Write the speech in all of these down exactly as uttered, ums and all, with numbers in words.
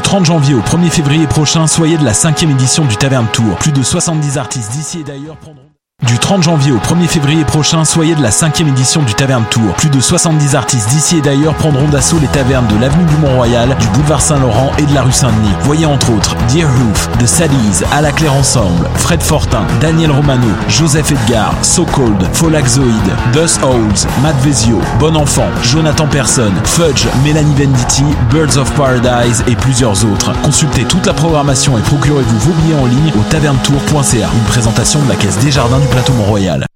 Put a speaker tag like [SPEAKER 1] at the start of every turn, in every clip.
[SPEAKER 1] trente janvier au premier février prochain, soyez de la cinquième édition du Taverne Tour. Plus de soixante-dix artistes d'ici et d'ailleurs prendront... Du trente janvier au premier février prochain, soyez de la cinquième édition du Taverne Tour. Plus de soixante-dix artistes d'ici et d'ailleurs prendront d'assaut les tavernes de l'avenue du Mont-Royal, du boulevard Saint-Laurent et de la rue Saint-Denis. Voyez entre autres Dear Hoof, The Saddies, À la Claire Ensemble, Fred Fortin, Daniel Romano, Joseph Edgar, So Cold, Folaxoid, Dust Holes, Matt Vezio, Bon Enfant, Jonathan Persson, Fudge, Mélanie Venditti, Birds of Paradise et plusieurs autres. Consultez toute la programmation et procurez-vous vos billets en ligne au taverne tour point c a. Une présentation de la Caisse Desjardins du Plateau Mont-Royal.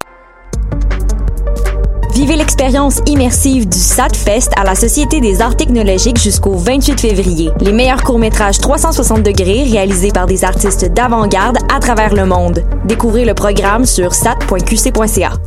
[SPEAKER 2] Vivez l'expérience immersive du S A T Fest à la Société des arts technologiques jusqu'au vingt-huit février. Les meilleurs courts-métrages trois cent soixante degrés réalisés par des artistes d'avant-garde à travers le monde. Découvrez le programme sur sat point q c point c a.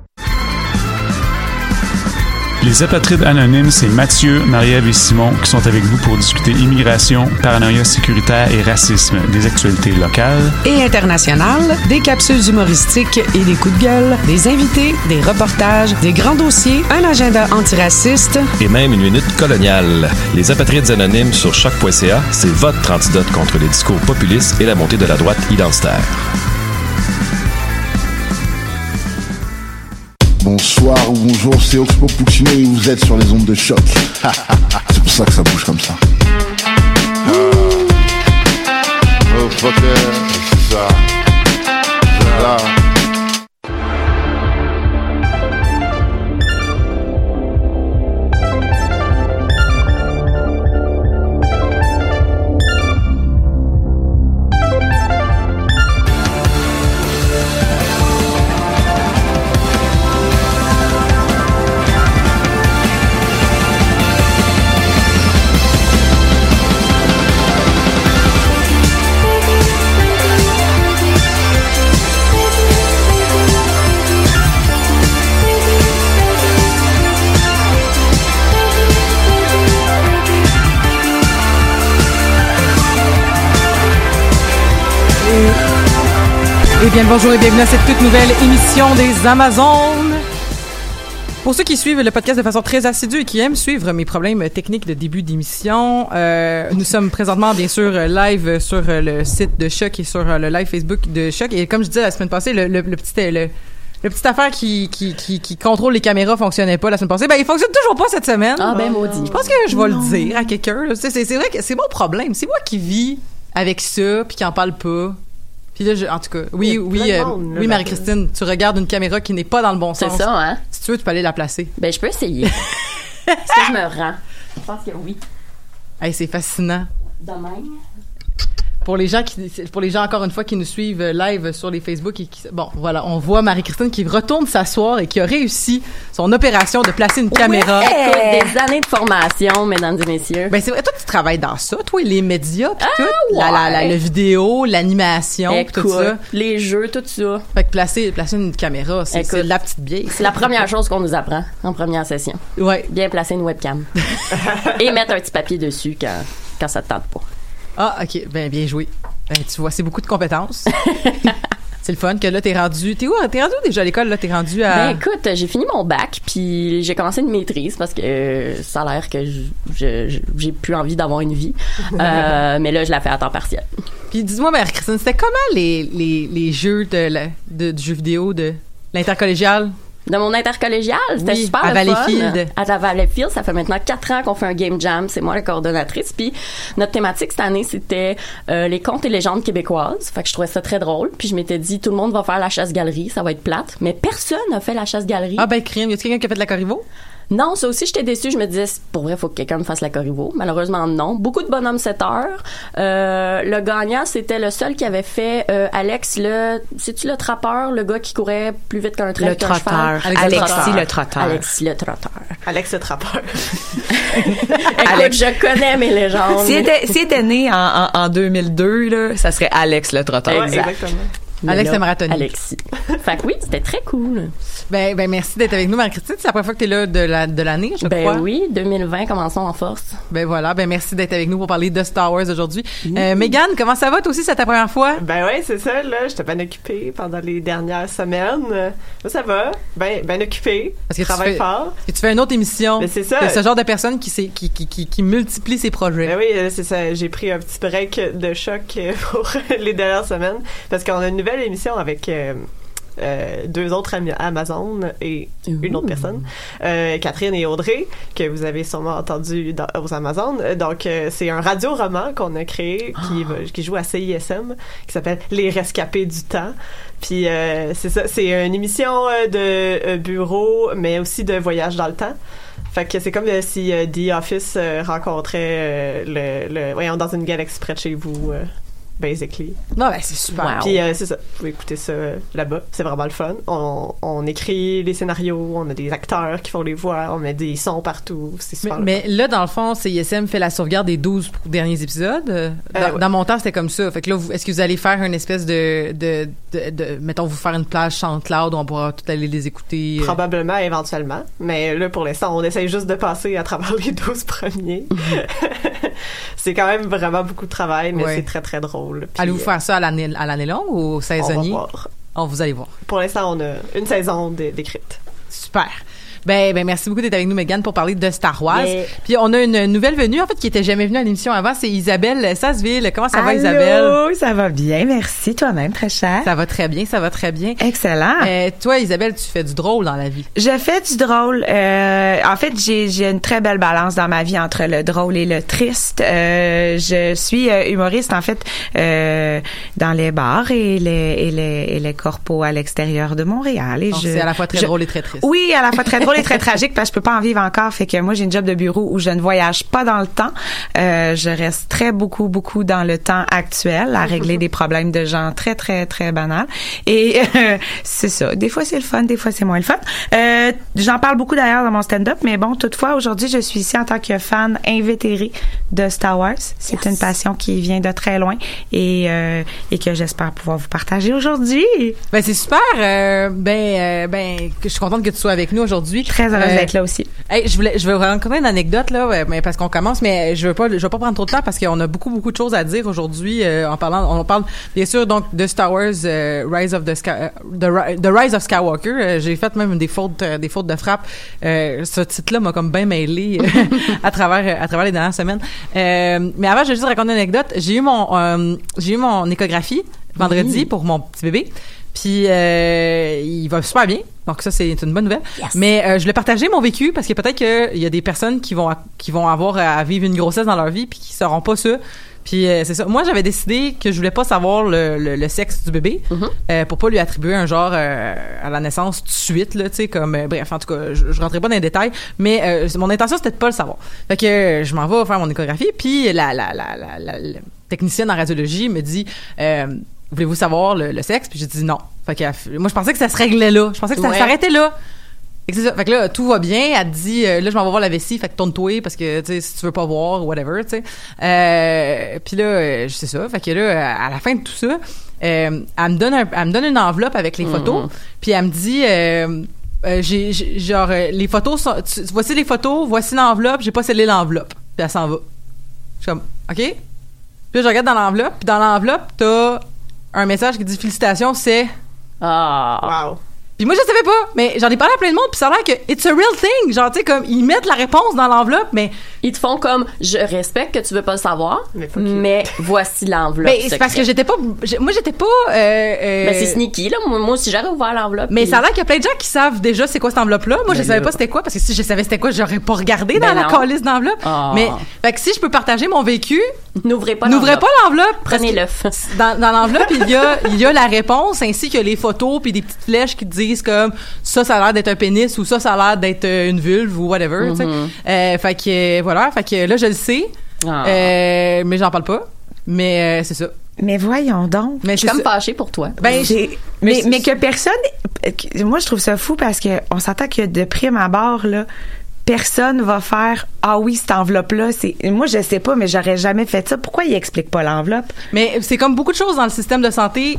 [SPEAKER 3] Les apatrides anonymes, c'est Mathieu, Marie-Ève et Simon qui sont avec vous pour discuter immigration, paranoïa sécuritaire et racisme, des actualités locales
[SPEAKER 4] et internationales, des capsules humoristiques et des coups de gueule, des invités, des reportages, des grands dossiers, un agenda antiraciste
[SPEAKER 5] et même une minute coloniale. Les apatrides anonymes sur choc point c a, c'est votre antidote contre les discours populistes et la montée de la droite identitaire.
[SPEAKER 6] Bonsoir ou bonjour, c'est Oxpo Puccino et vous êtes sur les ondes de choc. C'est pour ça que ça bouge comme ça.
[SPEAKER 7] Oh fucker, c'est ça. C'est ça.
[SPEAKER 8] Eh bien, bonjour et bienvenue à cette toute nouvelle émission des Amazones. Pour ceux qui suivent le podcast de façon très assidue et qui aiment suivre mes problèmes techniques de début d'émission, euh, nous sommes présentement, bien sûr, live sur le site de Choc et sur le live Facebook de Choc. Et comme je disais la semaine passée, le, le, le petit... Le, Le petite affaire qui, qui, qui, qui contrôle les caméras fonctionnait pas la semaine passée. Ben, il fonctionne toujours pas cette semaine.
[SPEAKER 9] Ah, ben, maudit.
[SPEAKER 8] Je pense que je vais non. le dire à quelqu'un. Là. C'est, c'est, c'est vrai que c'est mon problème. C'est moi qui vis avec ça puis qui en parle pas. Puis là, je, en tout cas, oui, oui, euh, monde, oui, Marie-Christine, tu regardes une caméra qui n'est pas dans le bon sens.
[SPEAKER 9] C'est ça, hein?
[SPEAKER 8] Si tu veux, tu peux aller la placer.
[SPEAKER 9] Ben, je peux essayer. Est-ce que je me rends? Je pense que oui.
[SPEAKER 8] Hey, c'est fascinant.
[SPEAKER 9] De même.
[SPEAKER 8] Pour les gens qui, pour les gens encore une fois qui nous suivent live sur les Facebook et qui, bon, voilà, on voit Marie-Christine qui retourne s'asseoir et qui a réussi son opération de placer une caméra.
[SPEAKER 9] Ouais. Écoute, des années de formation, mesdames et messieurs.
[SPEAKER 8] Ben c'est vrai, toi tu travailles dans ça, toi les médias, pis
[SPEAKER 9] ah,
[SPEAKER 8] tout,
[SPEAKER 9] ouais.
[SPEAKER 8] la, la, la, la vidéo, l'animation,
[SPEAKER 9] Écoute,
[SPEAKER 8] tout ça,
[SPEAKER 9] les jeux, tout ça.
[SPEAKER 8] Fait que placer, placer une caméra, c'est,
[SPEAKER 9] Écoute,
[SPEAKER 8] c'est la petite bière.
[SPEAKER 9] C'est la première chose qu'on nous apprend en première session.
[SPEAKER 8] Ouais.
[SPEAKER 9] Bien placer une webcam et mettre un petit papier dessus quand quand ça te tente pas.
[SPEAKER 8] Ah, ok, ben bien joué. Ben, tu vois, c'est beaucoup de compétences. C'est le fun que là, t'es rendu... T'es où? T'es rendu où déjà à l'école? Là, t'es rendu à...
[SPEAKER 9] Ben, écoute, j'ai fini mon bac, puis j'ai commencé une maîtrise parce que euh, ça a l'air que je, je, j'ai plus envie d'avoir une vie. Euh, mais là, je la fais à temps partiel.
[SPEAKER 8] Puis dis-moi, Marie-Christine, c'était comment les, les, les jeux de, la, de, du jeu vidéo de l'intercollégial?
[SPEAKER 9] De mon intercollégial, c'était
[SPEAKER 8] oui,
[SPEAKER 9] super
[SPEAKER 8] à
[SPEAKER 9] le fun.
[SPEAKER 8] Valleyfield.
[SPEAKER 9] À Valleyfield, ça fait maintenant quatre ans qu'on fait un game jam. C'est moi la coordonnatrice. Puis notre thématique cette année, c'était euh, les contes et légendes québécoises. Fait que je trouvais ça très drôle. Puis je m'étais dit, tout le monde va faire la chasse-galerie, ça va être plate. Mais personne n'a fait la chasse-galerie.
[SPEAKER 8] Ah ben crime, y a-t-il quelqu'un qui a fait de la Corriveau?
[SPEAKER 9] Non, ça aussi, j'étais déçue. Je me disais, pour vrai, il faut que quelqu'un me fasse la Corriveau. Malheureusement, non. Beaucoup de bonhommes sept heures. Euh, le gagnant, c'était le seul qui avait fait euh, Alex, le... C'est-tu le trappeur, le gars qui courait plus vite qu'un train?
[SPEAKER 4] Le trotteur.
[SPEAKER 9] Alex
[SPEAKER 4] Alexis le trotteur.
[SPEAKER 9] Alexis le trotteur.
[SPEAKER 8] Alex le trappeur.
[SPEAKER 9] Écoute, Alex, je connais mes légendes.
[SPEAKER 4] S'il était, s'il était né en, en, en deux mille deux, là, ça serait Alex le trotteur.
[SPEAKER 9] Ouais, exact. Exactement.
[SPEAKER 8] Alex le marathonien.
[SPEAKER 9] Alexis. Fait que oui, c'était très cool.
[SPEAKER 8] Ben, ben merci d'être avec nous, Marie-Christine. C'est la première fois que tu es là de, la, de l'année, je
[SPEAKER 9] ben
[SPEAKER 8] crois.
[SPEAKER 9] Ben oui, deux mille vingt, commençons en force.
[SPEAKER 8] Ben voilà, ben merci d'être avec nous pour parler de Star Wars aujourd'hui. Mmh. Euh, Mégane, comment ça va? Toi aussi, c'est ta première fois?
[SPEAKER 10] Ben oui, c'est ça, là. J'étais bien occupée pendant les dernières semaines. Là, ça va. Ben, ben occupée.
[SPEAKER 8] Parce que
[SPEAKER 10] je travaille
[SPEAKER 8] tu fais,
[SPEAKER 10] fort.
[SPEAKER 8] Et tu fais une autre émission.
[SPEAKER 10] Ben c'est ça.
[SPEAKER 8] De ce genre de personne qui, qui, qui, qui, qui multiplie ses projets.
[SPEAKER 10] Ben oui, c'est ça. J'ai pris un petit break de choc pour les dernières semaines. Parce qu'on a une nouvelle émission avec... Euh, Euh, deux autres am- Amazon et Ouh. une autre personne, euh, Catherine et Audrey, que vous avez sûrement entendu dans, aux Amazon. Donc, euh, c'est un radio-roman qu'on a créé qui, oh. qui joue à C I S M, qui s'appelle Les Rescapés du Temps. Puis, euh, c'est ça, c'est une émission de euh, bureau, mais aussi de voyage dans le temps. Fait que c'est comme euh, si euh, The Office euh, rencontrait euh, le, le, voyons, dans une galaxie près de chez vous. Euh, basically.
[SPEAKER 8] Non, ben, c'est super.
[SPEAKER 10] Wow. Puis, euh, c'est ça. Vous pouvez écouter ça euh, là-bas. C'est vraiment le fun. On, on écrit les scénarios, on a des acteurs qui font les voix, on met des sons partout. C'est super.
[SPEAKER 8] Mais, mais là, dans le fond, C I S M fait la sauvegarde des douze derniers épisodes. Dans, euh, ouais. dans mon temps, c'était comme ça. Fait que là, vous, est-ce que vous allez faire une espèce de, de, de, de, mettons, vous faire une plage SoundCloud où on pourra tout aller les écouter?
[SPEAKER 10] Probablement, éventuellement. Mais là, pour l'instant, on essaye juste de passer à travers les douze premiers. C'est quand même vraiment beaucoup de travail, mais ouais. c'est très, très drôle. Puis,
[SPEAKER 8] allez-vous faire ça à l'année, à l'année longue ou au saisonnier?
[SPEAKER 10] On va voir.
[SPEAKER 8] Oh, vous allez voir.
[SPEAKER 10] Pour l'instant, on a une saison d'écrite.
[SPEAKER 8] Super. Ben, ben, merci beaucoup d'être avec nous, Mégane, pour parler de Star Wars.
[SPEAKER 9] Yeah.
[SPEAKER 8] Puis on a une nouvelle venue, en fait, qui était jamais venue à l'émission avant. C'est Isabelle Sasseville. Comment ça
[SPEAKER 11] Allô,
[SPEAKER 8] va, Isabelle?
[SPEAKER 11] Ça va bien, merci. Toi-même, très cher.
[SPEAKER 8] Ça va très bien, ça va très bien.
[SPEAKER 11] Excellent.
[SPEAKER 8] Euh, toi, Isabelle, tu fais du drôle dans la vie.
[SPEAKER 11] Je fais du drôle. Euh, en fait, j'ai, j'ai une très belle balance dans ma vie entre le drôle et le triste. Euh, je suis euh, humoriste, en fait, euh, dans les bars et les, et les, et les corpos à l'extérieur de Montréal. Et
[SPEAKER 8] Donc,
[SPEAKER 11] je,
[SPEAKER 8] c'est à la fois très
[SPEAKER 11] je,
[SPEAKER 8] drôle et très triste.
[SPEAKER 11] Oui, à la fois très drôle et très tragique parce que je peux pas en vivre encore. Fait que moi, j'ai une job de bureau où je ne voyage pas dans le temps. Euh, je reste très beaucoup, beaucoup dans le temps actuel à régler des problèmes de gens très, très, très banals. Et euh, c'est ça. Des fois, c'est le fun. Des fois, c'est moins le fun. Euh, j'en parle beaucoup d'ailleurs dans mon stand-up. Mais bon, toutefois, aujourd'hui, je suis ici en tant que fan invétérée de Star Wars. C'est yes. une passion qui vient de très loin et, euh, et que j'espère pouvoir vous partager aujourd'hui.
[SPEAKER 8] Ben, c'est super. Euh, ben, euh, ben, je suis contente que tu sois avec nous aujourd'hui.
[SPEAKER 11] Très heureuse euh, d'être là aussi.
[SPEAKER 8] Hey, je voulais, je vais vous raconter une anecdote là, mais parce qu'on commence, mais je veux pas, je veux pas prendre trop de temps parce qu'on a beaucoup, beaucoup de choses à dire aujourd'hui euh, en parlant. On parle bien sûr donc de Star Wars, euh, Rise of the, Sky, euh, the, the Rise of Skywalker. Euh, j'ai fait même des fautes, euh, des fautes de frappe. Euh, ce titre-là m'a comme bien mêlé euh, à travers, à travers les dernières semaines. Euh, mais avant, je vais juste raconter une anecdote. J'ai eu mon, euh, j'ai eu mon échographie vendredi oui. pour mon petit bébé. Puis euh, il va super bien. Donc ça, c'est une bonne nouvelle. Yes. Mais euh, je voulais partager mon vécu parce que peut-être qu'il y a des personnes qui vont qui vont avoir à vivre une grossesse dans leur vie puis qui sauront pas ça. Puis euh, c'est ça. Moi, j'avais décidé que je voulais pas savoir le, le, le sexe du bébé mm-hmm. euh, pour pas lui attribuer un genre euh, à la naissance tout de suite là, tu sais comme euh, bref, en tout cas, je, je rentrais pas dans les détails, mais euh, mon intention c'était de pas le savoir. Fait que euh, je m'en vais faire mon échographie, puis la la la la, la, la technicienne en radiologie me dit euh, voulez-vous savoir le, le sexe? Puis j'ai dit non. Fait que moi, je pensais que ça se réglait là. Je pensais que ça ouais. s'arrêtait là. Fait que, c'est ça. Fait que là, tout va bien. Elle dit, euh, là, je m'en vais voir la vessie. Fait que tourne-toi parce que, tu sais, si tu veux pas voir, whatever, tu sais. Euh, puis là, euh, c'est ça. Fait que là, à la fin de tout ça, euh, elle me donne un, elle me donne une enveloppe avec les photos. Mm. Puis elle me dit, euh, euh, j'ai, j'ai, genre, euh, les photos sont, tu, voici les photos, voici l'enveloppe, j'ai pas scellé l'enveloppe. Puis elle s'en va. Je suis comme, OK. Puis là, je regarde dans l'enveloppe. Puis dans l'enveloppe, t'as un message qui dit félicitations, c'est
[SPEAKER 9] ah
[SPEAKER 10] wow.
[SPEAKER 8] Puis moi, je savais pas, mais j'en ai parlé à plein de monde, puis ça a l'air que it's a real thing. Genre, tu sais, comme, ils mettent la réponse dans l'enveloppe, mais...
[SPEAKER 9] Ils te font comme, je respecte que tu veux pas le savoir, mais, mais voici l'enveloppe.
[SPEAKER 8] Mais c'est parce que j'étais pas... Moi, j'étais pas... Euh, euh...
[SPEAKER 9] Ben, c'est sneaky, là. Moi aussi, j'aurais ouvert l'enveloppe.
[SPEAKER 8] Mais
[SPEAKER 9] puis...
[SPEAKER 8] ça a l'air qu'il y a plein de gens qui savent déjà c'est quoi cette enveloppe-là. Moi, ben je savais là. pas c'était quoi, parce que si je savais c'était quoi, j'aurais pas regardé ben dans non. la calice d'enveloppe. Oh. Mais, fait que si je peux partager mon vécu...
[SPEAKER 9] N'ouvrez pas
[SPEAKER 8] N'ouvrez
[SPEAKER 9] l'enveloppe.
[SPEAKER 8] pas l'enveloppe.
[SPEAKER 9] Prenez l'œuf.
[SPEAKER 8] Dans, dans l'enveloppe, il y a, il y a la réponse, ainsi que les photos, puis des petites flèches qui te disent comme... ça, ça a l'air d'être un pénis ou ça, ça a l'air d'être une vulve ou whatever, mm-hmm. tu sais. Euh, fait que, voilà. Fait que là, je le sais. Ah. Euh, mais j'en parle pas. Mais euh, c'est ça.
[SPEAKER 11] Mais voyons donc.
[SPEAKER 9] Mais je suis comme fâchée pour toi.
[SPEAKER 11] Ben, j'ai, mais, mais, mais que personne, moi, je trouve ça fou parce que on s'entend que de prime abord, là, personne va faire ah oui cette enveloppe là c'est moi je sais pas mais j'aurais jamais fait ça. Pourquoi il explique pas l'enveloppe?
[SPEAKER 8] Mais c'est comme beaucoup de choses dans le système de santé.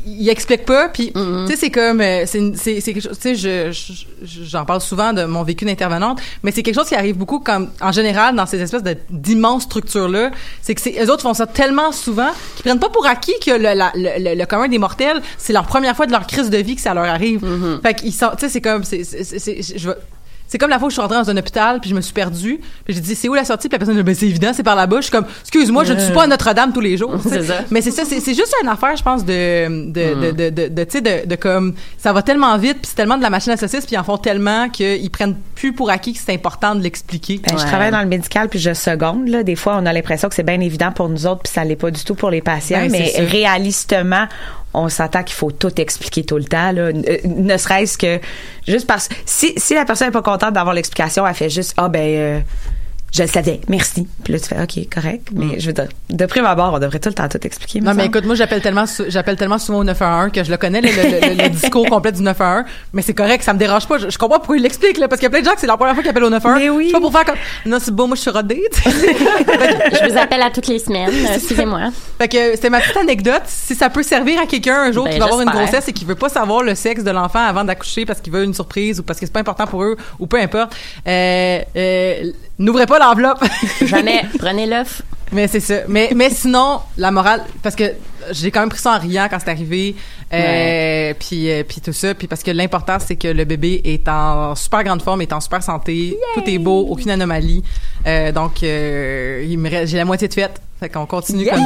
[SPEAKER 8] il explique pas, puis mm-hmm. tu sais, c'est comme, euh, c'est, c'est, c'est quelque chose, tu sais, je, je, j'en parle souvent de mon vécu d'intervenante, mais c'est quelque chose qui arrive beaucoup comme, en général, dans ces espèces de, d'immenses structures-là, c'est que c'est, eux autres font ça tellement souvent qu'ils prennent pas pour acquis que le, la, le, le, le commun des mortels, c'est leur première fois de leur crise de vie que ça leur arrive. Mm-hmm. Fait qu'ils sont, tu sais, c'est comme, c'est, c'est, c'est, c'est je vais, c'est comme la fois où je suis rentrée dans un hôpital puis je me suis perdue puis j'ai dit c'est où la sortie puis la personne dit ben c'est évident c'est par là-bas. Je suis comme excuse-moi je ne suis pas à Notre-Dame tous les jours. C'est ça. Mais c'est ça c'est, c'est juste une affaire je pense de de, mm. de de de de tu sais de, de comme ça va tellement vite puis c'est tellement de la machine à saucisse puis ils en font tellement qu'ils prennent plus pour acquis que c'est important de l'expliquer.
[SPEAKER 11] Ben, ouais. Je travaille dans le médical puis je seconde là des fois on a l'impression que c'est bien évident pour nous autres puis ça l'est pas du tout pour les patients ben, mais réalistement on s'entend qu'il faut tout expliquer tout le temps là, ne serait-ce que juste parce si si la personne est pas contente d'avoir l'explication, elle fait juste ah ben euh, je le savais, merci. Puis là tu fais OK, correct, mais mm. je veux dire de prime abord, on devrait tout le temps tout expliquer.
[SPEAKER 8] Non mais écoute, moi j'appelle tellement j'appelle tellement souvent au neuf un un que je le connais le, le, le, le discours complet du neuf un un, mais c'est correct, ça me dérange pas, je, je comprends pourquoi il l'explique là parce qu'il y a plein de gens que c'est leur première fois qu'ils appellent au neuf un un. Mais oui. C'est pas pour faire comme non, c'est beau, moi je suis rodée.
[SPEAKER 9] Je vous appelle à toutes les semaines, excusez-moi.
[SPEAKER 8] Fait que c'était ma petite anecdote, si ça peut servir à quelqu'un un jour ben, qui va avoir une grossesse et qui veut pas savoir le sexe de l'enfant avant d'accoucher parce qu'il veut une surprise ou parce que c'est pas important pour eux ou peu importe. Euh, euh, n'ouvrez pas l'enveloppe.
[SPEAKER 9] Jamais. Prenez l'œuf.
[SPEAKER 8] Mais c'est ça. Mais, mais sinon, la morale, parce que j'ai quand même pris ça en riant quand c'est arrivé, euh, ouais. puis, euh, puis tout ça, puis parce que l'important, c'est que le bébé est en super grande forme, est en super santé, Yay! Tout est beau, aucune anomalie. Euh, donc, euh, il me reste, j'ai la moitié de fête. Fait qu'on continue Yay! Comme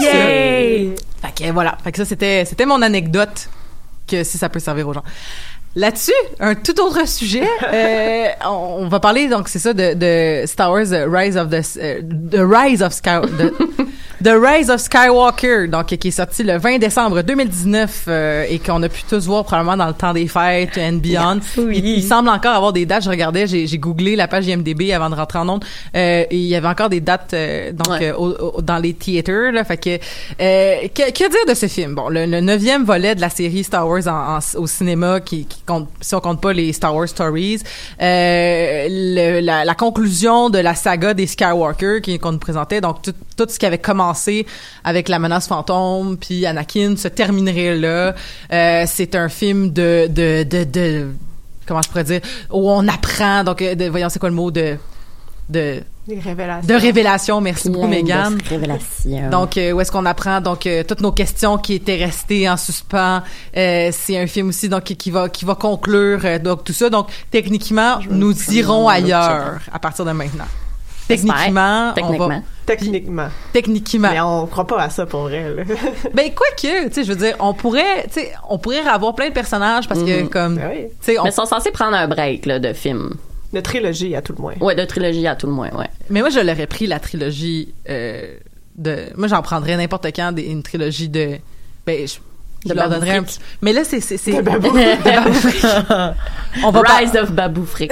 [SPEAKER 8] ça. Fait que voilà. Fait que ça, c'était, c'était mon anecdote que si ça peut servir aux gens. Là-dessus, un tout autre sujet. euh, on va parler donc c'est ça de, de Star Wars uh, Rise of the uh, The Rise of Sky the, The Rise of Skywalker, donc qui est sorti le vingt décembre deux mille dix-neuf euh, et qu'on a pu tous voir probablement dans le temps des fêtes and beyond. Oui. Il, il semble encore avoir des dates. Je regardais, j'ai, j'ai googlé la page I M D B avant de rentrer en ondes. Euh, et il y avait encore des dates euh, donc ouais. euh, au, au, dans les theaters. Là, fait que, euh, que que dire de ce film? Bon, le, le neuvième volet de la série Star Wars en, en, au cinéma qui, qui compte, si on compte pas les Star Wars Stories, euh, le, la, la conclusion de la saga des Skywalker qui, qu'on nous présentait, donc tout, tout ce qui avait commencé avec la menace fantôme puis Anakin se terminerait là. Euh, c'est un film de, de, de, de, comment je pourrais dire, où on apprend, donc, de, voyons, c'est quoi le mot de, de,
[SPEAKER 10] Des révélations.
[SPEAKER 8] De révélation, merci beaucoup, Mégane.
[SPEAKER 9] Révélation.
[SPEAKER 8] Donc, euh, où est-ce qu'on apprend donc euh, toutes nos questions qui étaient restées en suspens. Euh, c'est un film aussi donc qui, qui va qui va conclure euh, donc tout ça. Donc, techniquement, Je nous irons ailleurs à partir de maintenant. Techniquement,
[SPEAKER 9] Techniquement.
[SPEAKER 8] on va.
[SPEAKER 10] Techniquement.
[SPEAKER 8] Techniquement.
[SPEAKER 10] Mais on croit pas à ça pour vrai, là.
[SPEAKER 8] Ben, quoi que, tu sais, je veux dire, on pourrait, tu sais, on pourrait avoir plein de personnages parce que,
[SPEAKER 9] Mm.
[SPEAKER 8] comme,
[SPEAKER 10] Ben oui.
[SPEAKER 8] tu sais, on...
[SPEAKER 9] Mais ils sont censés prendre un break, là, de films.
[SPEAKER 10] De trilogie, à tout le moins.
[SPEAKER 9] Ouais, de trilogie à tout le moins, ouais.
[SPEAKER 8] Mais moi, je l'aurais pris, la trilogie euh, de... Moi, j'en prendrais n'importe quand des, une trilogie de... Ben, je, je
[SPEAKER 9] De
[SPEAKER 8] leur
[SPEAKER 9] Babou
[SPEAKER 8] donnerais un
[SPEAKER 9] Frick.
[SPEAKER 8] petit... Mais là, c'est... c'est, c'est...
[SPEAKER 10] De Babou.
[SPEAKER 8] de Babou Frick. On va
[SPEAKER 9] Rise
[SPEAKER 8] pas...
[SPEAKER 9] of Babou Frick.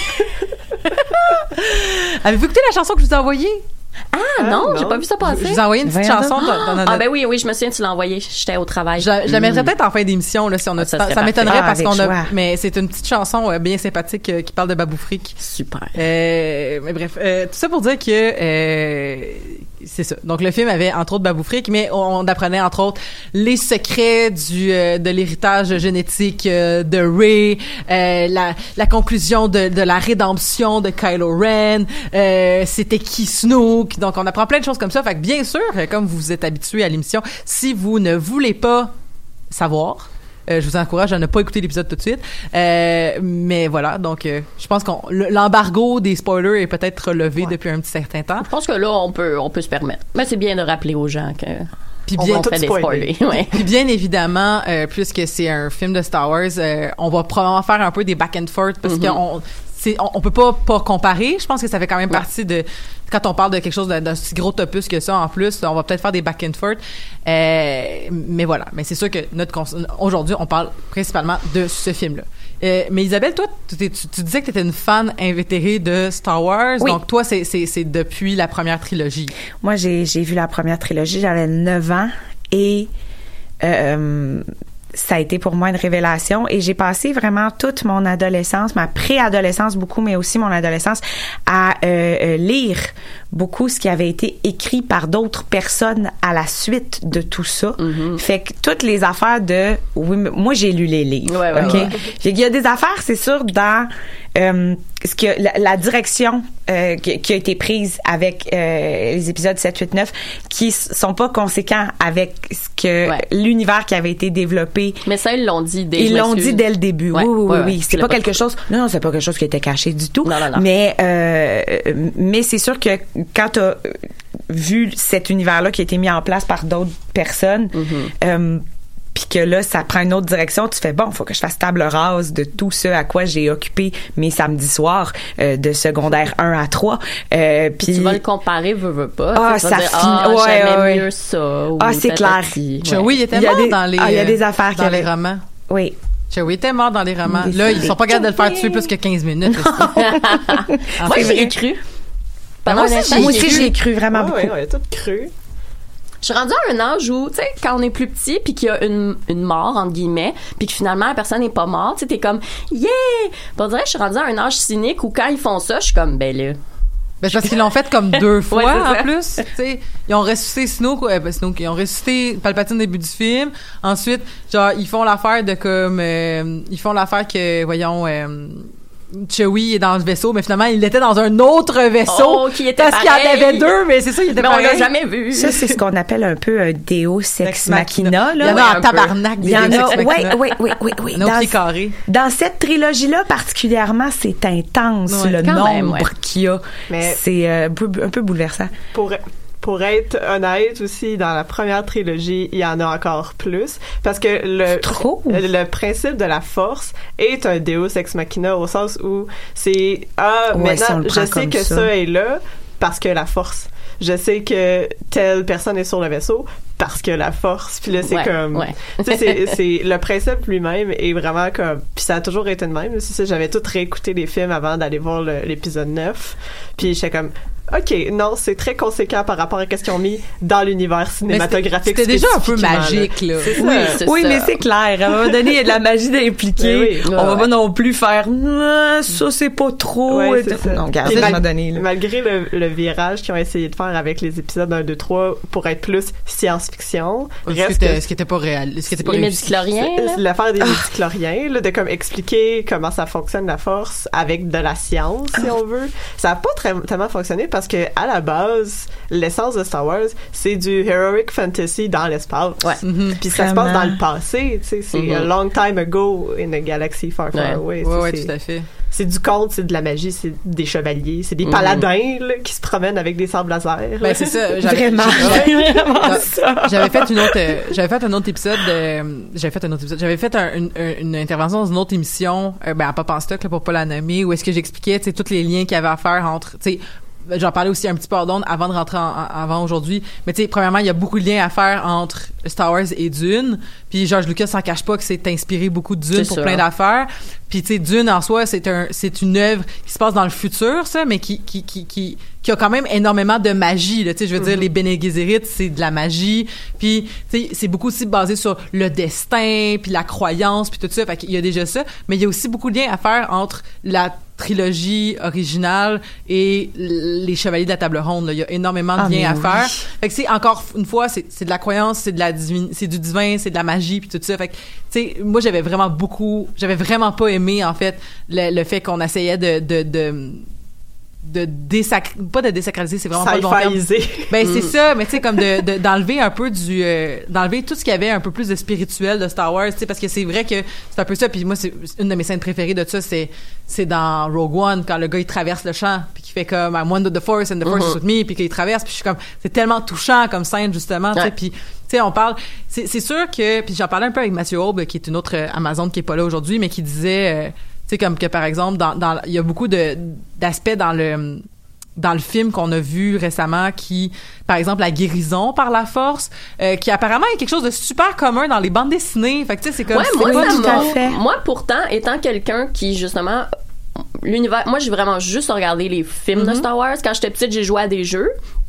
[SPEAKER 8] Avez-vous écouté la chanson que je vous ai envoyée?
[SPEAKER 9] Ah,
[SPEAKER 10] Ah,
[SPEAKER 9] non,
[SPEAKER 10] non.
[SPEAKER 9] j'ai pas vu ça passer.
[SPEAKER 8] Je vous ai envoyé une petite
[SPEAKER 11] Voyons
[SPEAKER 8] chanson
[SPEAKER 11] donc.
[SPEAKER 8] dans, dans notre...
[SPEAKER 9] Ah, ben oui, oui, je me souviens, tu l'as envoyé. J'étais au travail.
[SPEAKER 8] Je, je la mettrais peut-être en fin d'émission, là, si on a
[SPEAKER 9] Ah,
[SPEAKER 8] du
[SPEAKER 9] ça
[SPEAKER 8] temps.
[SPEAKER 9] serait
[SPEAKER 8] Ça m'étonnerait
[SPEAKER 11] parfait.
[SPEAKER 8] parce
[SPEAKER 11] Ah,
[SPEAKER 8] qu'on a...
[SPEAKER 11] avec joie.
[SPEAKER 8] Mais c'est une petite chanson euh, bien sympathique euh, qui parle de Babou Frick.
[SPEAKER 9] Super.
[SPEAKER 8] Euh, mais bref, euh, tout ça pour dire que euh, c'est ça. Donc le film avait entre autres Babou Frick, mais on, on apprenait entre autres les secrets du euh, de l'héritage génétique euh, de Rey, euh, la, la conclusion de, de la rédemption de Kylo Ren, euh, c'était qui Snoke. Donc on apprend plein de choses comme ça. Fait que bien sûr, euh, comme vous êtes habitués à l'émission, si vous ne voulez pas savoir, Euh, je vous encourage à ne pas écouter l'épisode tout de suite. Euh, mais voilà, donc euh, je pense qu'on l'embargo des spoilers est peut-être levé
[SPEAKER 10] Ouais.
[SPEAKER 8] depuis un petit certain temps.
[SPEAKER 9] Je pense que là, on peut, on peut se permettre. Mais c'est bien de rappeler aux gens que
[SPEAKER 8] Puis
[SPEAKER 10] On
[SPEAKER 8] bien,
[SPEAKER 10] va
[SPEAKER 9] on
[SPEAKER 10] tout
[SPEAKER 9] fait des
[SPEAKER 10] spoiler.
[SPEAKER 9] spoilers. Ouais.
[SPEAKER 8] puis bien évidemment, euh, puisque c'est un film de Star Wars, euh, on va probablement faire un peu des back and forth parce
[SPEAKER 9] Mhm.
[SPEAKER 8] qu'on c'est, on, on peut pas pas comparer. Je pense que ça fait quand même
[SPEAKER 9] Ouais.
[SPEAKER 8] partie de quand on parle de quelque chose d'un, d'un si gros opus que ça. En plus, on va peut-être faire des back and forth. Euh, mais voilà. Mais c'est sûr que notre cons- aujourd'hui, on parle principalement de ce film-là. Euh, mais Isabelle, toi, tu, t'es- tu, tu disais que tu étais une fan invétérée de Star Wars.
[SPEAKER 11] Oui.
[SPEAKER 8] Donc toi, c'est, c'est, c'est depuis la première trilogie.
[SPEAKER 11] Moi, j'ai, j'ai vu la première trilogie, j'avais neuf ans et euh, ça a été pour moi une révélation et j'ai passé vraiment toute mon adolescence, ma préadolescence beaucoup, mais aussi mon adolescence à euh, euh, lire beaucoup ce qui avait été écrit par d'autres personnes à la suite de tout ça. Mm-hmm. Fait que toutes les affaires de... Oui, moi, j'ai lu les livres.
[SPEAKER 9] Ouais, ouais,
[SPEAKER 11] OK?
[SPEAKER 9] ouais.
[SPEAKER 11] Il y a des affaires, c'est sûr, dans... Euh, ce que la, la direction euh, qui, qui a été prise avec euh, les épisodes sept, huit, neuf qui s- sont pas conséquents avec ce que
[SPEAKER 9] Ouais.
[SPEAKER 11] l'univers qui avait été développé.
[SPEAKER 9] Mais ça, ils l'ont dit dès
[SPEAKER 11] Ils l'ont dit dès le début.
[SPEAKER 9] Ouais,
[SPEAKER 11] oui, oui,
[SPEAKER 9] ouais,
[SPEAKER 11] oui.
[SPEAKER 9] ouais.
[SPEAKER 11] oui. C'est
[SPEAKER 9] Je
[SPEAKER 11] pas
[SPEAKER 9] l'ai
[SPEAKER 11] quelque
[SPEAKER 9] pas
[SPEAKER 11] chose. Non, non, c'est pas quelque chose qui était caché du tout.
[SPEAKER 9] Non, non, non.
[SPEAKER 11] Mais euh, mais c'est sûr que quand t'as vu cet univers-là qui a été mis en place par d'autres personnes.
[SPEAKER 9] Mm-hmm.
[SPEAKER 11] Euh, puis que là, ça prend une autre direction, tu fais, bon, faut que je fasse table rase de tout ce à quoi j'ai occupé mes samedis soirs euh, de secondaire un à trois. Euh, puis
[SPEAKER 9] tu vas le comparer, veux, veux pas.
[SPEAKER 11] Ah,
[SPEAKER 9] tu vas
[SPEAKER 11] ça
[SPEAKER 9] dire,
[SPEAKER 11] finit.
[SPEAKER 9] ah,
[SPEAKER 11] ouais,
[SPEAKER 9] j'aimais
[SPEAKER 11] ouais,
[SPEAKER 9] mieux ça. Ou
[SPEAKER 11] Ah, c'est clair.
[SPEAKER 9] patati.
[SPEAKER 8] Joey,
[SPEAKER 9] Ouais.
[SPEAKER 8] il était
[SPEAKER 11] Il y a
[SPEAKER 8] mort
[SPEAKER 11] des-
[SPEAKER 8] dans les,
[SPEAKER 11] ah, il y a des
[SPEAKER 8] euh,
[SPEAKER 11] affaires
[SPEAKER 8] dans
[SPEAKER 11] qu'il y
[SPEAKER 8] les
[SPEAKER 11] avait-
[SPEAKER 8] romans.
[SPEAKER 11] Oui.
[SPEAKER 8] Joey était mort dans les romans.
[SPEAKER 11] Décédé.
[SPEAKER 8] Là, ils sont pas capables de le faire tuer plus que quinze minutes.
[SPEAKER 9] Moi, j'y ai cru.
[SPEAKER 11] Moi
[SPEAKER 9] Pendant un
[SPEAKER 11] aussi,
[SPEAKER 9] instant,
[SPEAKER 11] j'ai- moi
[SPEAKER 9] j'y ai
[SPEAKER 11] aussi,
[SPEAKER 9] cru.
[SPEAKER 11] j'y ai cru vraiment
[SPEAKER 10] Ah
[SPEAKER 11] beaucoup.
[SPEAKER 10] ouais, on a tout cru.
[SPEAKER 9] Je suis rendue à un âge où, tu sais, quand on est plus petit puis qu'il y a une, une mort, entre guillemets, puis que finalement la personne n'est pas morte, tu sais, t'es comme, yeah! Puis on dirait que je suis rendue à un âge cynique où quand ils font ça, je suis comme, ben là.
[SPEAKER 8] Ben, c'est parce qu'ils l'ont fait comme deux fois,
[SPEAKER 9] Ouais, c'est
[SPEAKER 8] en
[SPEAKER 9] ça.
[SPEAKER 8] plus. Tu sais, ils ont ressuscité Snoke, euh, ben, Snoke, ils ont ressuscité Palpatine au début du film. Ensuite, genre, ils font l'affaire de comme, euh, ils font l'affaire que, voyons, euh, Chewie est dans le vaisseau, mais finalement, il était dans un autre vaisseau.
[SPEAKER 9] Oh, qui était
[SPEAKER 8] parce qu'il y en
[SPEAKER 9] pareil.
[SPEAKER 8] avait deux, mais c'est ça, il était
[SPEAKER 9] Mais on
[SPEAKER 8] pareil.
[SPEAKER 9] l'a jamais vu.
[SPEAKER 11] Ça, c'est ce qu'on appelle un peu un Deus ex machina.
[SPEAKER 8] Il y en
[SPEAKER 11] Là.
[SPEAKER 8] a
[SPEAKER 9] Ouais,
[SPEAKER 8] en
[SPEAKER 9] un
[SPEAKER 8] tabarnak.
[SPEAKER 11] Il y en
[SPEAKER 8] des
[SPEAKER 11] a,
[SPEAKER 8] Deus Ex
[SPEAKER 11] oui,
[SPEAKER 8] Machina.
[SPEAKER 11] oui, oui, oui, oui.
[SPEAKER 8] Il y en a au
[SPEAKER 11] Dans,
[SPEAKER 8] pied carré.
[SPEAKER 11] dans cette trilogie-là, particulièrement, c'est intense,
[SPEAKER 8] Ouais,
[SPEAKER 11] le
[SPEAKER 9] quand
[SPEAKER 11] nombre
[SPEAKER 9] même, ouais.
[SPEAKER 11] qu'il y a.
[SPEAKER 10] Mais-
[SPEAKER 11] C'est euh, un, peu, un peu bouleversant.
[SPEAKER 10] Pour, pour être honnête aussi, dans la première trilogie, il y en a encore plus. Parce que le,
[SPEAKER 11] Trop.
[SPEAKER 10] le principe de la force est un Deus ex machina au sens où c'est, ah,
[SPEAKER 11] Ouais, si on
[SPEAKER 10] maintenant,
[SPEAKER 11] le prend
[SPEAKER 10] je sais
[SPEAKER 11] comme
[SPEAKER 10] que
[SPEAKER 11] ça.
[SPEAKER 10] ça est là parce que la force. Je sais que telle personne est sur le vaisseau parce que la force. Puis là, c'est
[SPEAKER 9] Ouais,
[SPEAKER 10] comme...
[SPEAKER 9] ouais.
[SPEAKER 10] Tu sais, c'est, c'est... Le principe lui-même est vraiment comme... Puis ça a toujours été de même. C'est ça, j'avais tout réécouté les films avant d'aller voir le- l'épisode neuf. Puis j'étais comme... OK, non, c'est très conséquent par rapport à ce qu'ils ont mis dans l'univers cinématographique.
[SPEAKER 8] C'était déjà un peu
[SPEAKER 10] spécifiquement,
[SPEAKER 8] magique, là.
[SPEAKER 10] C'est ça.
[SPEAKER 9] Oui, c'est
[SPEAKER 11] Oui,
[SPEAKER 9] ça.
[SPEAKER 11] mais c'est clair. À un moment donné, il y a de la magie d'impliquer.
[SPEAKER 10] Mais oui.
[SPEAKER 11] On va
[SPEAKER 9] Ouais.
[SPEAKER 11] pas non plus faire Ah, ça, c'est pas trop.
[SPEAKER 10] Ouais,
[SPEAKER 11] Et
[SPEAKER 10] c'est
[SPEAKER 11] tout.
[SPEAKER 10] ça.
[SPEAKER 11] Non, regarde,
[SPEAKER 10] Puis
[SPEAKER 11] à un
[SPEAKER 10] mal-
[SPEAKER 11] moment donné. là.
[SPEAKER 10] Malgré le, le virage qu'ils ont essayé de faire avec les épisodes un, deux, trois pour être plus science-fiction,
[SPEAKER 8] Ce qui
[SPEAKER 10] reste
[SPEAKER 8] était,
[SPEAKER 10] que
[SPEAKER 8] ce qui était pas réel. Ce qui était pas
[SPEAKER 9] Les
[SPEAKER 8] réussi.
[SPEAKER 9] médicloriens, là.
[SPEAKER 10] c'est l'affaire des
[SPEAKER 11] Ah.
[SPEAKER 10] médicloriens, là, de comme expliquer comment ça fonctionne la force avec de la science, si
[SPEAKER 11] Ah.
[SPEAKER 10] on veut. Ça a pas très, tellement fonctionné parce que à la base, l'essence de Star Wars, c'est du heroic fantasy dans l'espace.
[SPEAKER 9] Ouais.
[SPEAKER 8] Mhm.
[SPEAKER 10] Puis ça se
[SPEAKER 11] Vraiment.
[SPEAKER 10] passe dans le passé, tu sais, c'est
[SPEAKER 9] Mhm.
[SPEAKER 10] a long time ago in a galaxy far far
[SPEAKER 9] Ouais.
[SPEAKER 10] away.
[SPEAKER 8] Ouais,
[SPEAKER 10] Ça,
[SPEAKER 8] ouais,
[SPEAKER 10] c'est-
[SPEAKER 8] tout à fait.
[SPEAKER 10] c'est du conte, c'est de la magie, c'est des chevaliers, c'est des
[SPEAKER 9] Mhm.
[SPEAKER 10] paladins là, qui se promènent avec des sables laser.
[SPEAKER 8] Ben, c'est ça. j'avais-
[SPEAKER 11] Vraiment.
[SPEAKER 8] j'avais-
[SPEAKER 11] Vraiment
[SPEAKER 8] J'a-
[SPEAKER 11] ça.
[SPEAKER 8] J'avais fait une autre, euh, j'avais fait un autre épisode de, j'avais fait un autre épisode, j'avais fait un- une, une, une intervention dans une autre émission, euh, ben à Pop en stock là, pour pas la nommer, où est-ce que j'expliquais, tu sais, tous les liens qu'il y avait à faire entre, tu sais, j'en parlais aussi un petit peu hors d'onde avant de rentrer en, en- avant aujourd'hui, mais tu sais, premièrement, il y a beaucoup de liens à faire entre Star Wars et Dune, puis George Lucas s'en cache pas que c'est inspiré beaucoup de Dune
[SPEAKER 9] C'est
[SPEAKER 8] pour
[SPEAKER 9] ça.
[SPEAKER 8] plein d'affaires, puis tu sais, Dune en soi, c'est un, c'est une œuvre qui se passe dans le futur, ça, mais qui, qui, qui, qui, qui a quand même énormément de magie, là, tu sais, je veux dire, les Bene Gesserit, c'est de la magie, puis tu sais, c'est beaucoup aussi basé sur le destin, puis la croyance, puis tout ça, fait qu'il y a déjà ça, mais il y a aussi beaucoup de liens à faire entre la trilogie originale et l- les Chevaliers de la Table Ronde, là. Il y a énormément de
[SPEAKER 11] Ah,
[SPEAKER 8] liens
[SPEAKER 11] mais
[SPEAKER 8] à
[SPEAKER 11] oui.
[SPEAKER 8] faire. Fait que c'est encore une fois, c'est, c'est de la croyance, c'est de la divine, c'est du divin, c'est de la magie, puis tout ça. Fait que, tu sais, moi, j'avais vraiment beaucoup, j'avais vraiment pas aimé, en fait, le, le fait qu'on essayait de, de, de, de désac... pas de désacraliser, c'est vraiment pas le bon terme.
[SPEAKER 10] Sci-fiiser.
[SPEAKER 8] Ben c'est ça, mais tu sais comme de, de d'enlever un peu du euh, d'enlever tout ce qu'il y avait un peu plus de spirituel de Star Wars, tu sais parce que c'est vrai que c'est un peu ça, puis moi c'est une de mes scènes préférées de ça, c'est c'est dans Rogue One quand le gars il traverse le champ puis qu'il fait comme I'm one with the Force and the Force is with me, puis qu'il traverse, puis je suis comme c'est tellement touchant comme scène justement, tu sais,
[SPEAKER 9] Ouais.
[SPEAKER 8] puis tu sais on parle c'est c'est sûr que puis j'en parlais un peu avec Mathieu Aube qui est une autre euh, Amazon qui est pas là aujourd'hui mais qui disait euh, tu sais comme que par exemple dans dans il y a beaucoup de d'aspects dans le dans le film qu'on a vu récemment qui, par exemple, la guérison par la force, euh, qui apparemment est quelque chose de super commun dans les bandes dessinées. Fait que tu sais, c'est comme...
[SPEAKER 9] Ouais,
[SPEAKER 8] c'est
[SPEAKER 9] moi,
[SPEAKER 8] pas
[SPEAKER 9] ça
[SPEAKER 8] tout
[SPEAKER 9] m'a-
[SPEAKER 8] à fait.
[SPEAKER 9] moi, pourtant, étant quelqu'un qui, justement, l'univers, moi, j'ai vraiment juste regardé les films de
[SPEAKER 8] Mhm.
[SPEAKER 9] Star Wars. Quand j'étais petite, j'ai joué à des jeux.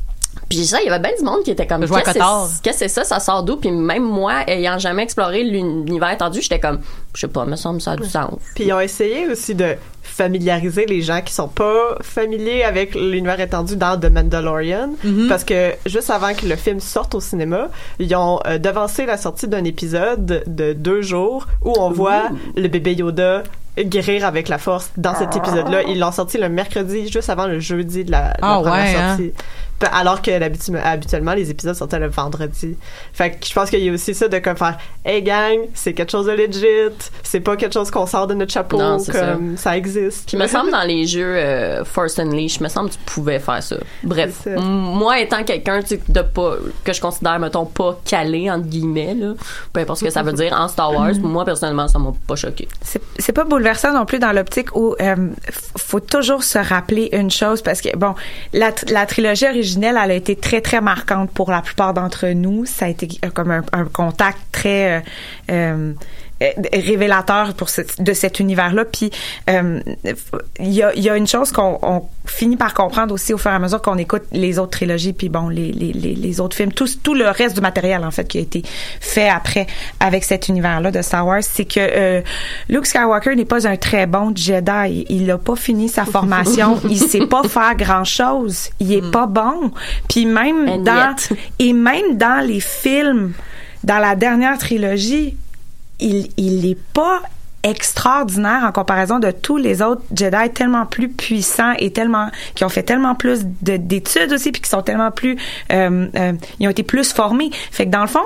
[SPEAKER 9] Puis ça, il y avait bien du monde qui était comme,
[SPEAKER 8] qu'est-ce
[SPEAKER 9] que c'est, que c'est ça, ça sort d'où? Puis même moi, ayant jamais exploré l'univers étendu, j'étais comme, je sais pas, me semble ça a du sens.
[SPEAKER 10] Puis ils ont essayé aussi de familiariser les gens qui sont pas familiers avec l'univers étendu dans The Mandalorian, mm-hmm. parce que juste avant que le film sorte au cinéma, ils ont euh, devancé la sortie d'un épisode de deux jours où on voit Ooh. le bébé Yoda guérir avec la force dans cet épisode-là. Ils l'ont sorti le mercredi, juste avant le jeudi de la, de la
[SPEAKER 8] oh,
[SPEAKER 10] première
[SPEAKER 8] ouais,
[SPEAKER 10] sortie.
[SPEAKER 8] Hein?
[SPEAKER 10] Alors que habituellement, les épisodes sortaient le vendredi. Fait que je pense qu'il y a aussi ça de comme faire « Hey gang, c'est quelque chose de legit. C'est pas quelque chose qu'on sort de notre chapeau.
[SPEAKER 9] Non,
[SPEAKER 10] comme ça. ça existe. »
[SPEAKER 9] Puis me semble dans les jeux euh, Force Unleashed, me semble que tu pouvais faire ça. Bref, m- moi étant quelqu'un de pas que je considère, mettons, pas calé, entre guillemets, là, peu importe ce que ça veut dire, en Star Wars, moi, personnellement, ça m'a pas choqué.
[SPEAKER 11] C'est, c'est pas bouleversant non plus dans l'optique où euh, faut toujours se rappeler une chose, parce que, bon, la, la trilogie originale, elle a été très, très marquante pour la plupart d'entre nous. Ça a été comme un, un contact très euh, euh, révélateur pour cette, de cet univers-là. Puis, euh, il y a, y a une chose qu'on on finit par comprendre aussi au fur et à mesure qu'on écoute les autres trilogies, puis bon, les, les, les, les autres films, tout, tout le reste du matériel, en fait, qui a été fait après avec cet univers-là de Star Wars, c'est que euh, Luke Skywalker n'est pas un très bon Jedi. Il n'a pas fini sa formation. Il sait pas faire grand-chose. Il est mm. pas bon. Puis même And dans yet. et même dans les films, dans la dernière trilogie, il il est pas extraordinaire en comparaison de tous les autres Jedi tellement plus puissants et tellement qui ont fait tellement plus de, d'études aussi, puis qui sont tellement plus euh, euh, ils ont été plus formés. Fait que dans le fond,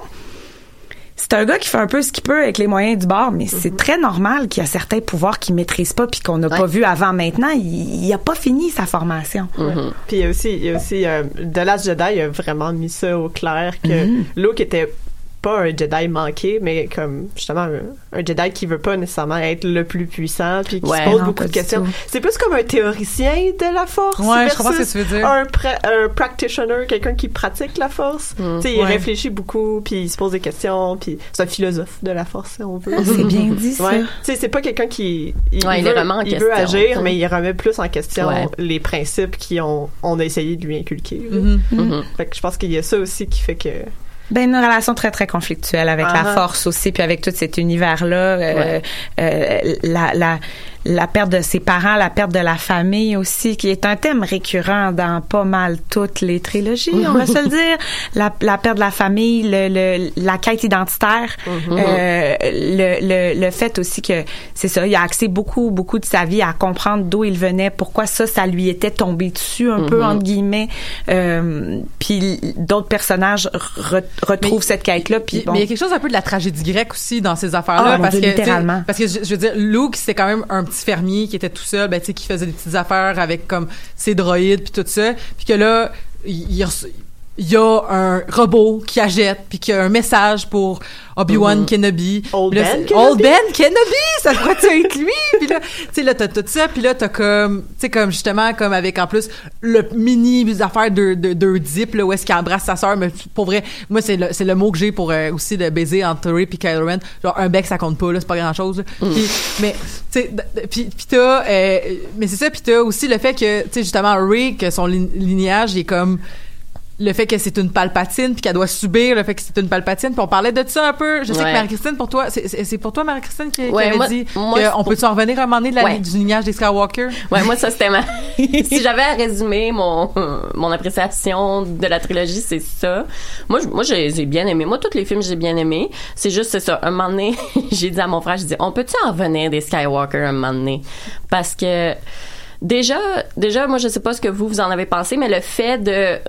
[SPEAKER 11] c'est un gars qui fait un peu ce qu'il peut avec les moyens du bord, mais mm-hmm. c'est très normal qu'il y a certains pouvoirs qu'il maîtrise pas puis qu'on n'a ouais. pas vu avant maintenant. Il, il a pas fini sa formation.
[SPEAKER 10] Mm-hmm. Puis il y a aussi, il y a aussi euh, The Last Jedi, il a vraiment mis ça au clair que mm-hmm. Luke était pas un Jedi manqué, mais comme justement un, un Jedi qui veut pas nécessairement être le plus puissant puis qui ouais, se pose non, beaucoup de questions. Tout. C'est plus comme un théoricien de la force.
[SPEAKER 8] Ouais, je comprends ce que tu veux dire.
[SPEAKER 10] Un, pra- un practitioner, quelqu'un qui pratique la force. Mm. Tu sais, il ouais. réfléchit beaucoup puis il se pose des questions puis c'est un philosophe de la force, si on veut.
[SPEAKER 11] Ah, c'est bien dit ça.
[SPEAKER 10] Ouais. Tu sais, c'est pas quelqu'un qui il,
[SPEAKER 9] ouais,
[SPEAKER 10] il,
[SPEAKER 9] il,
[SPEAKER 10] veut,
[SPEAKER 9] en
[SPEAKER 10] il
[SPEAKER 9] question,
[SPEAKER 10] veut agir,
[SPEAKER 9] ouais.
[SPEAKER 10] mais il remet plus en question
[SPEAKER 9] ouais.
[SPEAKER 10] les principes qui ont on a essayé de lui inculquer.
[SPEAKER 8] Mm-hmm.
[SPEAKER 10] Mm-hmm. Fait que je pense qu'il y a ça aussi qui fait que
[SPEAKER 11] ben une relation très très conflictuelle avec uh-huh. la force aussi, puis avec tout cet univers là, euh, ouais. euh, la la la perte de ses parents, la perte de la famille aussi, qui est un thème récurrent dans pas mal toutes les trilogies, on va se le dire. La, la perte de la famille, le, le la quête identitaire, mm-hmm. euh, le, le le fait aussi que c'est ça, il a axé beaucoup beaucoup de sa vie à comprendre d'où il venait, pourquoi ça ça lui était tombé dessus un mm-hmm. peu entre guillemets. Euh, puis d'autres personnages re, retrouvent mais, cette quête là. Puis bon.
[SPEAKER 8] Mais il y a quelque chose un peu de la tragédie grecque aussi dans ces affaires là,
[SPEAKER 11] oh,
[SPEAKER 8] parce
[SPEAKER 11] Dieu,
[SPEAKER 8] que
[SPEAKER 11] littéralement.
[SPEAKER 8] Parce que je, je veux dire, Luke c'est quand même un petit fermier qui était tout seul, ben tu sais, qui faisait des petites affaires avec comme ses droïdes puis tout ça, puis que là il y a il y a un robot qui achète puis qui a un message pour Obi-Wan mm-hmm. Kenobi.
[SPEAKER 10] Old
[SPEAKER 8] là,
[SPEAKER 10] Ben Kenobi.
[SPEAKER 8] Old Ben Kenobi, ça pourrait-tu être lui? Puis là, tu sais, là, t'as tout ça, puis là, t'as comme, tu sais, comme justement, comme avec en plus le mini affaire de, de, de Dip, là, où est-ce qu'il embrasse sa sœur, mais pour vrai, moi, c'est le, c'est le mot que j'ai pour euh, aussi de baiser entre Rey et Kylo Ren. Genre, un bec, ça compte pas, là, c'est pas grand-chose. Mm. Puis, mais, tu sais, puis puis t'as, euh, mais c'est ça, puis t'as aussi le fait que, tu sais, justement, Rey, que son lignage, il est comme, le fait que c'est une Palpatine puis qu'elle doit subir le fait que c'est une Palpatine, puis on parlait de ça un peu. Je sais
[SPEAKER 9] ouais.
[SPEAKER 8] que Marie-Christine, pour toi, c'est, c'est, c'est pour toi Marie-Christine qui,
[SPEAKER 9] ouais,
[SPEAKER 8] qui avait
[SPEAKER 9] moi,
[SPEAKER 8] dit
[SPEAKER 9] moi,
[SPEAKER 8] qu'on peut-tu en revenir à un moment donné de la,
[SPEAKER 9] ouais.
[SPEAKER 8] du lignage des Skywalker?
[SPEAKER 9] Ouais, moi ça c'était ma si j'avais à résumer mon mon appréciation de la trilogie, c'est ça. Moi moi j'ai, j'ai bien aimé. Moi tous les films j'ai bien aimé. C'est juste c'est ça. Un moment donné, j'ai dit à mon frère, j'ai dit on peut-tu en revenir des Skywalker un moment donné? Parce que déjà déjà moi je sais pas ce que vous vous en avez pensé, mais le fait de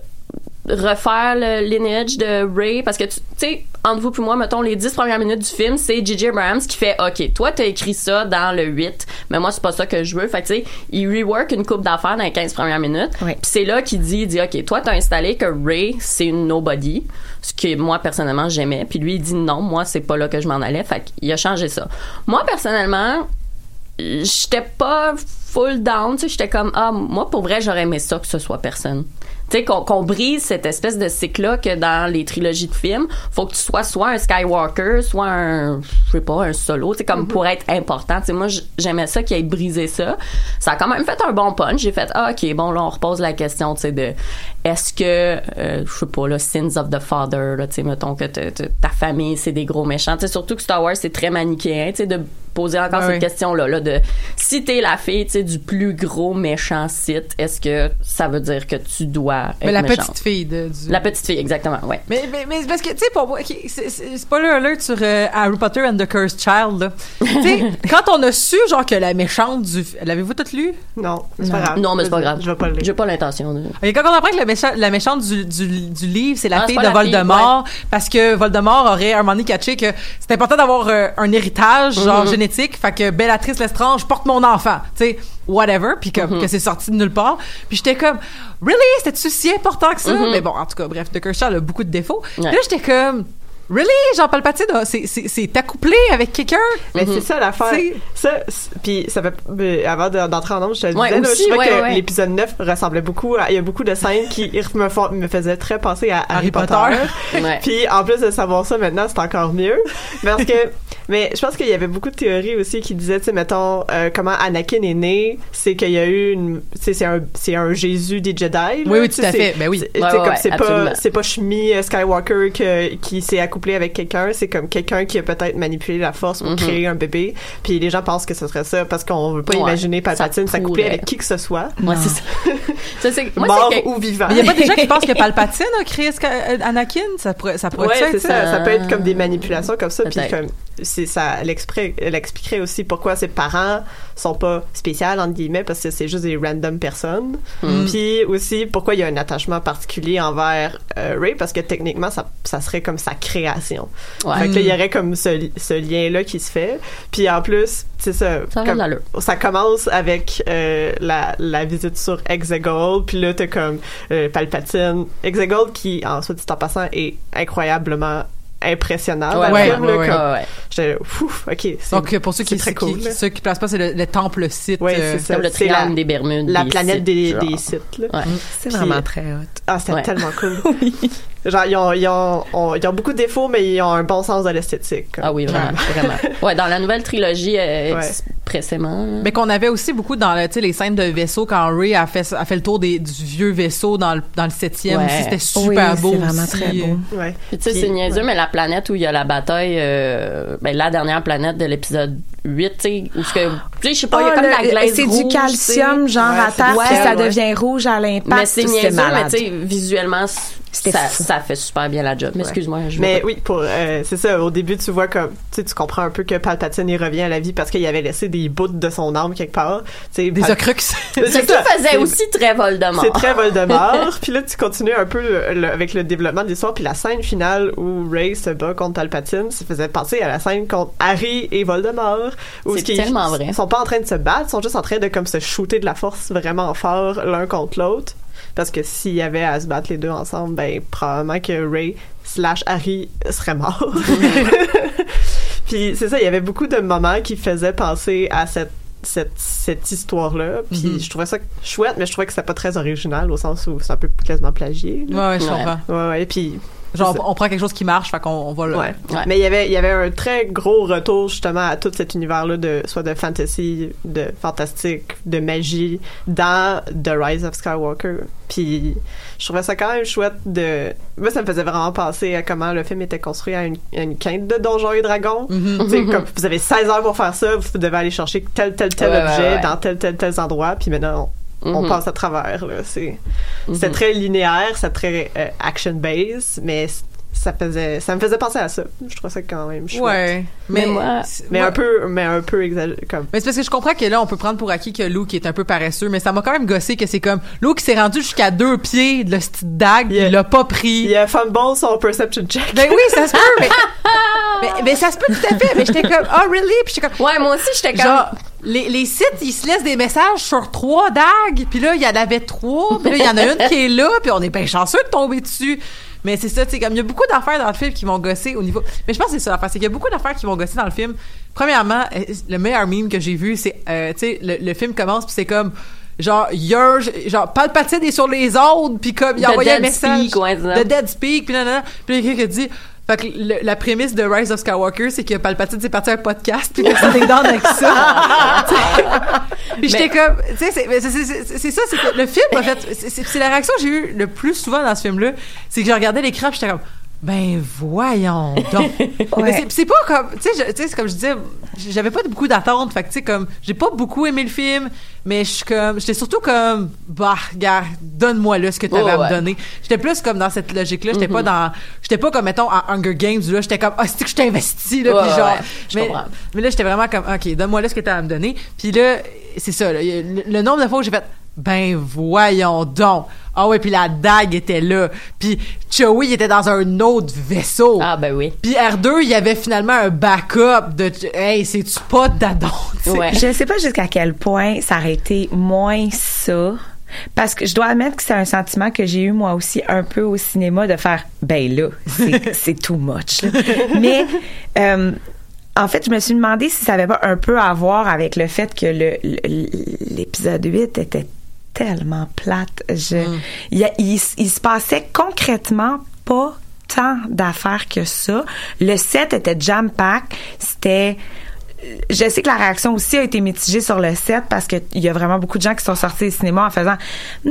[SPEAKER 9] refaire le lineage de Rey, parce que tu sais, entre vous puis moi, mettons, les dix premières minutes du film, c'est J J Abrams qui fait « OK, toi, t'as écrit ça dans le huit, mais moi, c'est pas ça que je veux. » Fait que tu sais, il rework une couple d'affaires dans les quinze premières minutes,
[SPEAKER 11] oui.
[SPEAKER 9] puis c'est là qu'il dit, il dit « OK, toi, t'as installé que Rey, c'est une nobody, ce que moi, personnellement, j'aimais. » Puis lui, il dit « Non, moi, c'est pas là que je m'en allais. » Fait qu'il a changé ça. Moi, personnellement, j'étais pas full down, tu sais, j'étais comme, ah, moi, pour vrai, j'aurais aimé ça que ce soit personne. Tu sais, qu'on, qu'on brise cette espèce de cycle-là que dans les trilogies de films, faut que tu sois soit un Skywalker, soit un, je sais pas, un solo, tu sais, comme mm-hmm. pour être important. Tu sais, moi, j'aimais ça qu'il ait brisé ça. Ça a quand même fait un bon punch. J'ai fait, ah, OK, bon, là, on repose la question, tu sais, de est-ce que, euh, je sais pas, là, sins of the father, là, tu sais, mettons que t- t- ta famille, c'est des gros méchants. Tu sais, surtout que Star Wars, c'est très manichéen, tu sais, de poser encore
[SPEAKER 8] ouais,
[SPEAKER 9] cette
[SPEAKER 8] oui.
[SPEAKER 9] question-là, là, de si t'es la fille, tu sais, du plus gros méchant site, est-ce que ça veut dire que tu dois être
[SPEAKER 8] Mais la
[SPEAKER 9] méchante?
[SPEAKER 8] petite fille de, du...
[SPEAKER 9] La petite fille, exactement, ouais.
[SPEAKER 8] Mais, mais, mais parce que, tu sais, pour moi, okay, c'est, c'est, spoiler alert sur euh, Harry Potter and the Cursed Child, là. Tu sais, quand on a su, genre, que la méchante du... L'avez-vous tout lu?
[SPEAKER 10] Non, c'est pas grave.
[SPEAKER 9] Non, mais c'est pas grave.
[SPEAKER 10] Je vais pas le lire.
[SPEAKER 9] J'ai pas l'intention de...
[SPEAKER 8] Et quand on apprend que la, mécha- la méchante du, du, du livre, c'est la
[SPEAKER 9] ah,
[SPEAKER 8] fille
[SPEAKER 9] c'est
[SPEAKER 8] de
[SPEAKER 9] la
[SPEAKER 8] Voldemort,
[SPEAKER 9] fille, ouais.
[SPEAKER 8] parce que Voldemort aurait un moment donné catché que c'est important d'avoir euh, un héritage, genre, mm-hmm. génétique, fait que Bellatrix Lestrange porte mon enfant, tu sais, whatever, puis que, mm-hmm. que c'est sorti de nulle part. Puis j'étais comme, really? C'était-tu si important que ça? Mm-hmm. Mais bon, en tout cas, bref, The Cursed Child a beaucoup de défauts. Ouais. Puis là, j'étais comme... Really? Jean Palpatine, c'est, c'est, c'est accouplé avec quelqu'un?
[SPEAKER 10] Mais
[SPEAKER 8] mm-hmm.
[SPEAKER 10] c'est ça l'affaire.
[SPEAKER 8] C'est...
[SPEAKER 10] Ça, puis ça fait, euh, avant de, d'entrer en nombre, je te le
[SPEAKER 9] ouais,
[SPEAKER 10] disais,
[SPEAKER 9] aussi,
[SPEAKER 10] là, je trouvais
[SPEAKER 9] ouais,
[SPEAKER 10] que
[SPEAKER 9] ouais.
[SPEAKER 10] l'épisode neuf ressemblait beaucoup à, il y a beaucoup de scènes qui me, font, me faisaient très penser à Harry, Harry Potter. Potter. Ouais. Puis en plus de savoir ça maintenant, c'est encore mieux. Parce que, mais je pense qu'il y avait beaucoup de théories aussi qui disaient, tu sais, mettons, euh, comment Anakin est né, c'est qu'il y a eu une, tu sais, c'est un, c'est un Jésus des Jedi. Là,
[SPEAKER 8] oui, oui, tout à fait. Ben oui.
[SPEAKER 10] Tu sais,
[SPEAKER 9] ouais,
[SPEAKER 10] comme
[SPEAKER 9] ouais,
[SPEAKER 10] c'est
[SPEAKER 9] absolument.
[SPEAKER 10] pas, c'est pas Shmi Skywalker que, qui s'est accouplé avec quelqu'un. C'est comme quelqu'un qui a peut-être manipulé la force pour mm-hmm. créer un bébé. Puis les gens pensent que ce serait ça parce qu'on veut pas ouais, imaginer Palpatine s'accoupler avec qui que ce soit.
[SPEAKER 9] Ouais, c'est ça. ça c'est, moi,
[SPEAKER 10] mort
[SPEAKER 9] c'est que...
[SPEAKER 10] ou vivant.
[SPEAKER 8] Mais il y a pas des gens qui pensent que Palpatine a créé Anakin? Ça pourrait, ça pourrait
[SPEAKER 10] ouais,
[SPEAKER 8] être
[SPEAKER 10] c'est
[SPEAKER 8] ça.
[SPEAKER 10] ça. Ça peut être comme des manipulations comme ça. Puis
[SPEAKER 9] peut-être.
[SPEAKER 10] comme c'est ça, elle, expré- elle expliquerait aussi pourquoi ses parents sont pas spéciales entre guillemets parce que c'est juste des random personnes. Mm. Puis aussi pourquoi il y a un attachement particulier envers euh, Rey parce que techniquement ça, ça serait comme sa création. Ouais. Fait que là il y aurait comme ce, ce lien là qui se fait. Puis en plus c'est ça.
[SPEAKER 9] Ça,
[SPEAKER 10] comme, ça commence avec euh, la, la visite sur Exegol. Puis là t'as comme euh, Palpatine, Exegol qui en soit dit en passant est incroyablement impressionnant
[SPEAKER 8] ouais,
[SPEAKER 10] dans
[SPEAKER 8] ouais,
[SPEAKER 10] le film
[SPEAKER 8] ouais,
[SPEAKER 10] là,
[SPEAKER 8] ouais,
[SPEAKER 10] comme,
[SPEAKER 8] ouais.
[SPEAKER 10] J'étais ouf ok c'est,
[SPEAKER 8] donc pour ceux qui
[SPEAKER 10] très cool
[SPEAKER 8] qui, ceux qui placent pas c'est le, le temple Sith
[SPEAKER 10] ouais, c'est ça.
[SPEAKER 9] Comme le triangle des Bermudes
[SPEAKER 10] la
[SPEAKER 9] des
[SPEAKER 10] planète
[SPEAKER 9] Sith,
[SPEAKER 10] des,
[SPEAKER 9] genre.
[SPEAKER 10] des Sith là.
[SPEAKER 11] Ouais. C'est
[SPEAKER 10] Puis,
[SPEAKER 11] vraiment très hot
[SPEAKER 10] ah c'était
[SPEAKER 9] ouais.
[SPEAKER 10] tellement cool oui. Genre ils ont, ils, ont, ont, ils ont beaucoup de défauts mais ils ont un bon sens de l'esthétique comme.
[SPEAKER 9] Ah oui vraiment vraiment ouais dans la nouvelle trilogie euh, ouais. expressément là.
[SPEAKER 8] Mais qu'on avait aussi beaucoup dans le, tu sais les scènes de vaisseau quand Rey a fait a fait le tour des, du vieux vaisseau dans le dans le septième
[SPEAKER 9] ouais.
[SPEAKER 8] aussi c'était super
[SPEAKER 11] oui,
[SPEAKER 8] beau
[SPEAKER 11] c'est vraiment
[SPEAKER 8] aussi.
[SPEAKER 11] très beau
[SPEAKER 10] ouais.
[SPEAKER 9] Puis tu sais c'est niaiseux ouais. mais la planète où il y a la bataille euh, ben la dernière planète de l'épisode huit tu sais où ce que tu sais je sais pas il oh, y a comme le, la glace
[SPEAKER 11] c'est
[SPEAKER 9] rouge,
[SPEAKER 11] du calcium
[SPEAKER 9] t'sais.
[SPEAKER 11] genre
[SPEAKER 10] ouais,
[SPEAKER 11] à terre
[SPEAKER 9] ouais,
[SPEAKER 11] puis ça
[SPEAKER 9] ouais.
[SPEAKER 11] devient rouge à l'impact
[SPEAKER 9] mais c'est niaiseux mais tu sais visuellement
[SPEAKER 11] C'était
[SPEAKER 9] ça,
[SPEAKER 11] fou.
[SPEAKER 9] ça fait super bien la job. Mais
[SPEAKER 10] ouais.
[SPEAKER 9] excuse-moi. Je
[SPEAKER 10] mais
[SPEAKER 9] pas...
[SPEAKER 10] oui, pour euh, c'est ça. Au début, tu vois comme tu sais, tu comprends un peu que Palpatine il revient à la vie parce qu'il avait laissé des bouts de son âme quelque part. T'sais,
[SPEAKER 8] des
[SPEAKER 10] Pal-
[SPEAKER 8] Ocrux.
[SPEAKER 9] Ce qui faisait aussi très Voldemort.
[SPEAKER 10] C'est très Voldemort. Puis là, tu continues un peu le, le, avec le développement de l'histoire. Puis la scène finale où Rey se bat contre Palpatine, ça faisait penser à la scène contre Harry et Voldemort. Où
[SPEAKER 9] c'est tellement vrai.
[SPEAKER 10] Ils sont pas en train de se battre, ils sont juste en train de comme se shooter de la force vraiment fort l'un contre l'autre. Parce que s'il y avait à se battre les deux ensemble, ben probablement que Rey slash Harry serait mort. Puis c'est ça, il y avait beaucoup de moments qui faisaient penser à cette cette cette histoire-là. Puis mm-hmm. je trouvais ça chouette, mais je trouvais que c'était pas très original au sens où c'est un peu quasiment plagié.
[SPEAKER 8] Là. Ouais, ouais, je comprends.
[SPEAKER 10] Ouais, ouais, puis
[SPEAKER 8] genre on prend quelque chose qui marche, fait qu'on on va le.
[SPEAKER 10] Ouais. ouais. Mais il y avait il y avait un très gros retour justement à tout cet univers-là de soit de fantasy, de fantastique, de magie dans The Rise of Skywalker. Puis je trouvais ça quand même chouette de. Moi, ça me faisait vraiment penser à comment le film était construit à une, à une quinte de Donjons et Dragons. Mm-hmm. Tu sais, comme vous avez seize heures pour faire ça, vous devez aller chercher tel tel tel
[SPEAKER 9] ouais,
[SPEAKER 10] objet
[SPEAKER 9] ouais, ouais.
[SPEAKER 10] dans tel tel tel endroit. Puis maintenant on, mm-hmm. on passe à travers là. C'est mm-hmm. c'était très linéaire, c'est très euh, action based, mais ça faisait ça me faisait penser à ça. Je trouvais ça quand même chouette.
[SPEAKER 8] Ouais. Mais,
[SPEAKER 10] mais moi mais
[SPEAKER 8] moi,
[SPEAKER 10] un peu mais un peu exagéré comme.
[SPEAKER 8] Mais c'est parce que je comprends que là on peut prendre pour acquis que Luke est un peu paresseux, mais ça m'a quand même gossé que c'est comme Luke s'est rendu jusqu'à deux pieds de la petite dague, yeah. il l'a pas pris.
[SPEAKER 10] Il a fumble son perception check.
[SPEAKER 8] Ben oui, ça se peut. mais, mais, mais ça se peut tout à fait. Mais j'étais comme oh really, puis j'étais comme
[SPEAKER 9] ouais moi aussi j'étais comme
[SPEAKER 8] genre, les les sites ils se laissent des messages sur trois dagues, puis là il y en avait trois, puis là il y en a une qui est là, puis on est bien chanceux de tomber dessus. Mais c'est ça, tu sais, comme il y a beaucoup d'affaires dans le film qui m'ont gossé au niveau. Mais je pense que c'est ça l'affaire, c'est qu'il y a beaucoup d'affaires qui m'ont gossé dans le film. Premièrement, le meilleur meme que j'ai vu, c'est, euh, tu sais, le, le film commence puis c'est comme. Genre, you're, genre, Palpatine est sur les autres, puis comme, il a envoyé un message.
[SPEAKER 9] Speak, ouais,
[SPEAKER 8] de Dead Speak, puis nanana. Puis il y a quelqu'un qui dit, fait que le, la prémisse de Rise of Skywalker, c'est que Palpatine s'est parti à un podcast, puis personne n'est dans avec ça. Puis j'étais comme, tu sais, c'est, c'est, c'est, c'est ça, c'est que le film, en fait, c'est, c'est, c'est la réaction que j'ai eue le plus souvent dans ce film-là, c'est que je regardais l'écran, puis j'étais comme, ben voyons donc. Ouais. c'est, c'est pas comme, tu sais, tu sais, comme je disais, j'avais pas beaucoup d'attentes, fait que tu sais, comme, j'ai pas beaucoup aimé le film, mais je suis comme, j'étais surtout comme, bah, regarde, donne-moi là ce que t'avais oh, à ouais. me donner. J'étais plus comme dans cette logique-là, j'étais mm-hmm. pas dans, j'étais pas comme, mettons, à Hunger Games, là, j'étais comme, ah, c'est que je t'ai investi, là, oh, pis genre, ouais, mais, mais là, j'étais vraiment comme, ok, donne-moi là ce que t'as à me donner, puis là, c'est ça, là, le, le nombre de fois où j'ai fait, ben voyons donc. Ah ouais, puis la dague était là. Puis Chewie était dans un autre vaisseau.
[SPEAKER 9] Ah ben oui.
[SPEAKER 8] Puis R deux, il y avait finalement un backup de hey, c'est-tu pas d'adon?
[SPEAKER 11] Ouais. Je sais pas jusqu'à quel point ça aurait été moins ça. Parce que je dois admettre que c'est un sentiment que j'ai eu moi aussi un peu au cinéma de faire ben là, c'est, c'est too much. Là. Mais euh, en fait, je me suis demandé si ça avait pas un peu à voir avec le fait que le, le l'épisode huit était tellement plate. Je, mm. il, il, il se passait concrètement pas tant d'affaires que ça. Le set était jam-pack. C'était... Je sais que la réaction aussi a été mitigée sur le set parce qu'il y a vraiment beaucoup de gens qui sont sortis des cinémas en faisant « Nah... »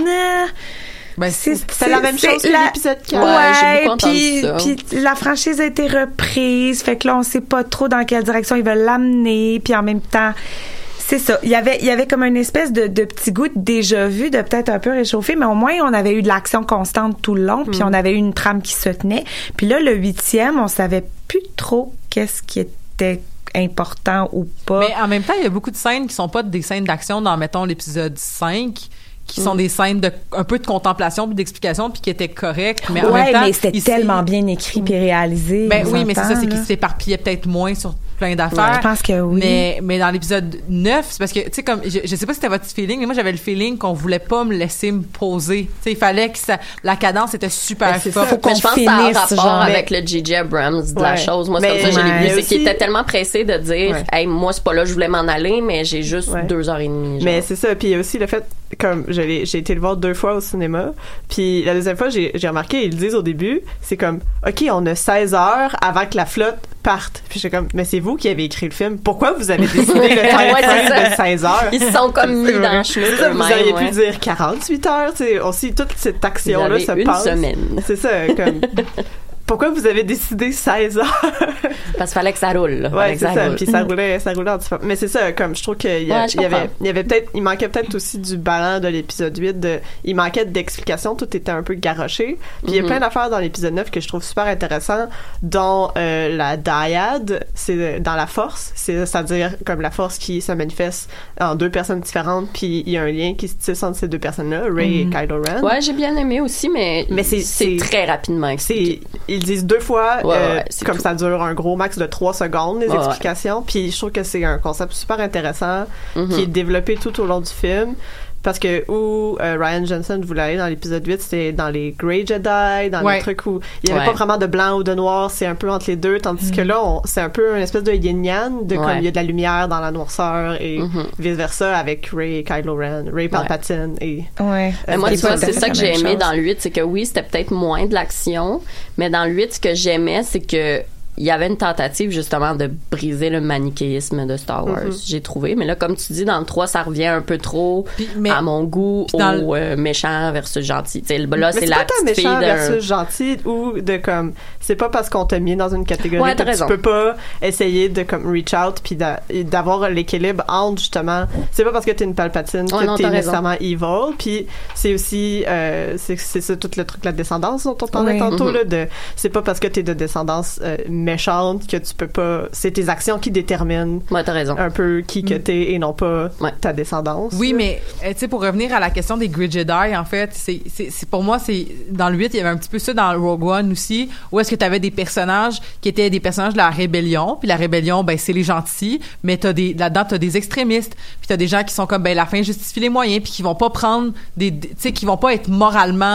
[SPEAKER 10] Ben, c'est, c'est, c'est la même chose que
[SPEAKER 11] la...
[SPEAKER 10] l'épisode quatre.
[SPEAKER 11] Ouais, puis, puis la franchise a été reprise. Fait que là, on sait pas trop dans quelle direction ils veulent l'amener. Puis en même temps... C'est ça. Il y avait, il y avait comme une espèce de, de petit goût de déjà vu, de peut-être un peu réchauffé, mais au moins, on avait eu de l'action constante tout le long, puis mm. on avait eu une trame qui se tenait. Puis là, le huitième, on savait plus trop qu'est-ce qui était important ou pas.
[SPEAKER 8] Mais en même temps, il y a beaucoup de scènes qui sont pas des scènes d'action dans, mettons, l'épisode cinq, qui sont mm. des scènes de un peu de contemplation puis d'explication puis qui étaient correctes, mais en
[SPEAKER 11] ouais,
[SPEAKER 8] même temps
[SPEAKER 11] mais c'était ici, tellement bien écrit puis réalisé.
[SPEAKER 8] Ben oui, mais c'est ça, c'est qu'ils s'éparpillaient peut-être moins sur plein d'affaires.
[SPEAKER 11] Ouais, je pense que oui.
[SPEAKER 8] Mais mais dans l'épisode neuf, c'est parce que tu sais comme je, je sais pas si c'était votre feeling, mais moi j'avais le feeling qu'on voulait pas me laisser me poser. Tu sais, il fallait que ça, la cadence était super
[SPEAKER 9] ben,
[SPEAKER 8] forte.
[SPEAKER 9] Faut qu'on mais je pense finisse, que ça a un rapport genre, avec mais... le J J Abrams de ouais. la chose. Moi, c'est mais, comme ça que j'ai vu. C'est qu'il était tellement pressé de dire ouais. hey, moi c'est pas là je voulais m'en aller, mais j'ai juste ouais. deux heures et demie. Genre.
[SPEAKER 10] Mais c'est ça, puis il y a aussi le fait comme j'ai j'ai été le voir deux fois au cinéma, puis la deuxième fois j'ai j'ai remarqué, ils le disent au début, c'est comme OK, on a seize heures avant que la flotte parte. Puis j'étais comme mais c'est vous qui avez écrit le film. Pourquoi vous avez décidé le time frame de seize heures?
[SPEAKER 9] Ils se sont comme mis dans le chemin.
[SPEAKER 10] C'est ça, vous auriez pu dire quarante-huit heures, tu sais, aussi toute cette action là se
[SPEAKER 9] une
[SPEAKER 10] passe.
[SPEAKER 9] Semaine.
[SPEAKER 10] C'est ça comme pourquoi vous avez décidé seize heures?
[SPEAKER 9] Parce qu'il fallait que ça roule.
[SPEAKER 10] Ouais, c'est ça. ça. Puis ça roulait, ça roulait en différents. Mais c'est ça, comme je trouve qu'il y, a, ouais, il y avait, il y avait peut-être, il manquait peut-être aussi du ballon de l'épisode huit. De, il manquait d'explications. Tout était un peu garoché. Puis mm-hmm. il y a plein d'affaires dans l'épisode neuf que je trouve super intéressant, dont euh, la dyad, c'est dans la force. C'est, c'est-à-dire comme la force qui se manifeste en deux personnes différentes. Puis il y a un lien qui se tisse entre ces deux personnes-là, Rey mm-hmm. et Kylo Ren.
[SPEAKER 9] Ouais, j'ai bien aimé aussi, mais, mais c'est, c'est, c'est très rapidement expliqué. C'est, ils disent deux fois, ouais, euh, ouais, comme tout. Ça dure un gros max de trois secondes, les ouais, explications. Ouais. Puis je trouve que c'est un concept super intéressant mm-hmm. qui est développé tout au long du film. Parce que où euh, Ryan Johnson voulait aller dans l'épisode huit, c'était dans les Grey Jedi, dans ouais. les trucs où il y avait ouais. pas vraiment de blanc ou de noir, c'est un peu entre les deux, tandis mm-hmm. que là, on, c'est un peu une espèce de yin-yang, de ouais. comme il y a de la lumière dans la noirceur et mm-hmm. vice-versa avec Rey et Kylo Ren, Rey Palpatine ouais. et...
[SPEAKER 11] Ouais.
[SPEAKER 9] Euh, moi, tu vois, c'est ça que j'ai aimé chose. Dans le huit, c'est que oui, c'était peut-être moins de l'action, mais dans le huit, ce que j'aimais, c'est que il y avait une tentative justement de briser le manichéisme de Star Wars, mm-hmm. j'ai trouvé. Mais là, comme tu dis, dans le trois, ça revient un peu trop puis, mais, à mon goût au le... euh, méchant versus gentil. T'sais, là,
[SPEAKER 10] mais
[SPEAKER 9] c'est,
[SPEAKER 10] c'est
[SPEAKER 9] la
[SPEAKER 10] pas
[SPEAKER 9] petite
[SPEAKER 10] méchant
[SPEAKER 9] fille d'un...
[SPEAKER 10] versus gentil ou de comme... C'est pas parce qu'on t'a mis dans une catégorie
[SPEAKER 9] ouais,
[SPEAKER 10] que
[SPEAKER 9] raison.
[SPEAKER 10] tu peux pas essayer de comme reach out puis d'avoir l'équilibre entre justement... C'est pas parce que t'es une Palpatine
[SPEAKER 9] ouais,
[SPEAKER 10] que
[SPEAKER 9] non,
[SPEAKER 10] t'es nécessairement evil. Puis c'est aussi... Euh, c'est, c'est ça tout le truc de la descendance dont on parlait oui. tantôt. Mm-hmm. Là, de, c'est pas parce que t'es de descendance euh, méchante que tu peux pas... C'est tes actions qui déterminent
[SPEAKER 9] ouais, t'as raison.
[SPEAKER 10] Un peu qui que t'es et non pas ouais. ta descendance.
[SPEAKER 8] Oui, là. Mais tu sais, pour revenir à la question des Grey Jedi, en fait, c'est, c'est, c'est pour moi, c'est dans le huit, il y avait un petit peu ça dans Rogue One aussi, où est-ce que t'avais des personnages qui étaient des personnages de la rébellion, puis la rébellion, ben c'est les gentils, mais t'as des là-dedans t'as des extrémistes, puis t'as des gens qui sont comme ben la fin justifie les moyens, puis qui vont pas prendre des, tu sais, qui vont pas être moralement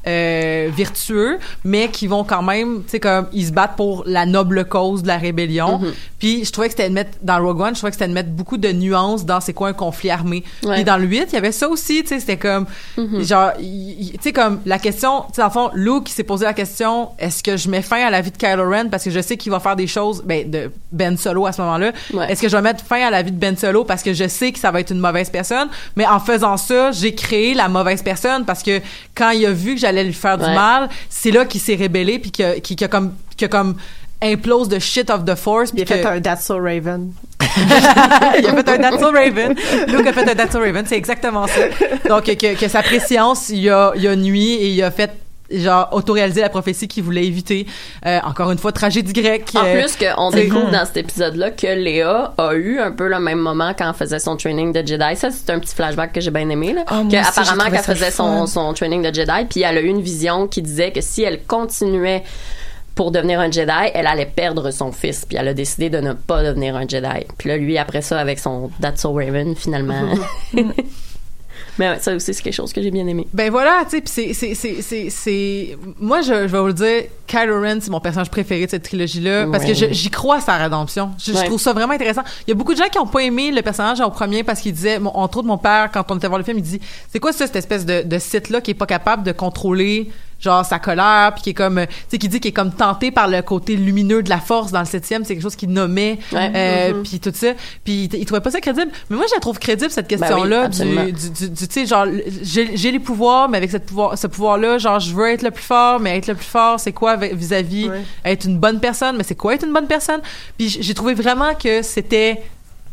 [SPEAKER 8] euh, vertueux, mais qui vont quand même, tu sais, comme, ils se battent pour la noble cause de la rébellion. Mm-hmm. Puis, je trouvais que c'était de mettre, dans Rogue One, je trouvais que c'était de mettre beaucoup de nuances dans c'est quoi un conflit armé. Ouais. Puis, dans le huit, il y avait ça aussi, tu sais, c'était comme, mm-hmm. genre, tu sais, comme, la question, tu sais, dans le fond, Luke, il s'est posé la question, est-ce que je mets fin à la vie de Kylo Ren parce que je sais qu'il va faire des choses, ben, de Ben Solo à ce moment-là. Ouais. Est-ce que je vais mettre fin à la vie de Ben Solo parce que je sais que ça va être une mauvaise personne? Mais en faisant ça, j'ai créé la mauvaise personne parce que quand il a vu que j'allais lui faire du ouais. mal, c'est là qu'il s'est rébellé puis qu'il a, qu'il, qu'il a comme, qu'il a comme implose the shit of the force.
[SPEAKER 10] Il a
[SPEAKER 8] que...
[SPEAKER 10] fait un That's So Raven.
[SPEAKER 8] Il a fait un That's So Raven. Luke a fait un That's So Raven, c'est exactement ça. Donc, que, que sa préscience, il a, il a nuit et il a fait genre autoréaliser la prophétie qu'il voulait éviter. Euh, encore une fois, tragédie grecque.
[SPEAKER 9] En
[SPEAKER 8] euh,
[SPEAKER 9] plus qu'on découvre dans cet épisode-là que Léa a eu un peu le même moment quand elle faisait son training de Jedi. Ça, c'est un petit flashback que j'ai bien aimé. Là. Oh, que apparemment qu'elle faisait son, son training de Jedi, puis elle a eu une vision qui disait que si elle continuait pour devenir un Jedi, elle allait perdre son fils, puis elle a décidé de ne pas devenir un Jedi. Puis là, lui, après ça, avec son That's So Raven, finalement... Mais ouais, ça aussi, c'est quelque chose que j'ai bien aimé.
[SPEAKER 8] Ben voilà, tu sais, puis c'est, c'est, c'est, c'est, c'est... Moi, je, je vais vous le dire, Kylo Ren, c'est mon personnage préféré de cette trilogie-là, parce ouais. que je, j'y crois à sa rédemption. Je, ouais. je trouve ça vraiment intéressant. Il y a beaucoup de gens qui ont pas aimé le personnage au premier parce qu'ils disaient, bon, entre autres, mon père, quand on était voir le film, il dit, c'est quoi ça, cette espèce de, de site-là qui est pas capable de contrôler genre sa colère, puis qui est comme, tu sais, qui dit qu'il est comme tenté par le côté lumineux de la force dans le septième, c'est quelque chose qu'il nommait, ouais. euh, mm-hmm. puis tout ça, puis il, il trouvait pas ça crédible, mais moi je la trouve crédible cette question-là, ben oui, du, du, du tu sais, genre j'ai, j'ai les pouvoirs, mais avec cette pouvoir, ce pouvoir-là, genre je veux être le plus fort, mais être le plus fort, c'est quoi vis-à-vis ouais. être une bonne personne, mais c'est quoi être une bonne personne, puis j'ai trouvé vraiment que c'était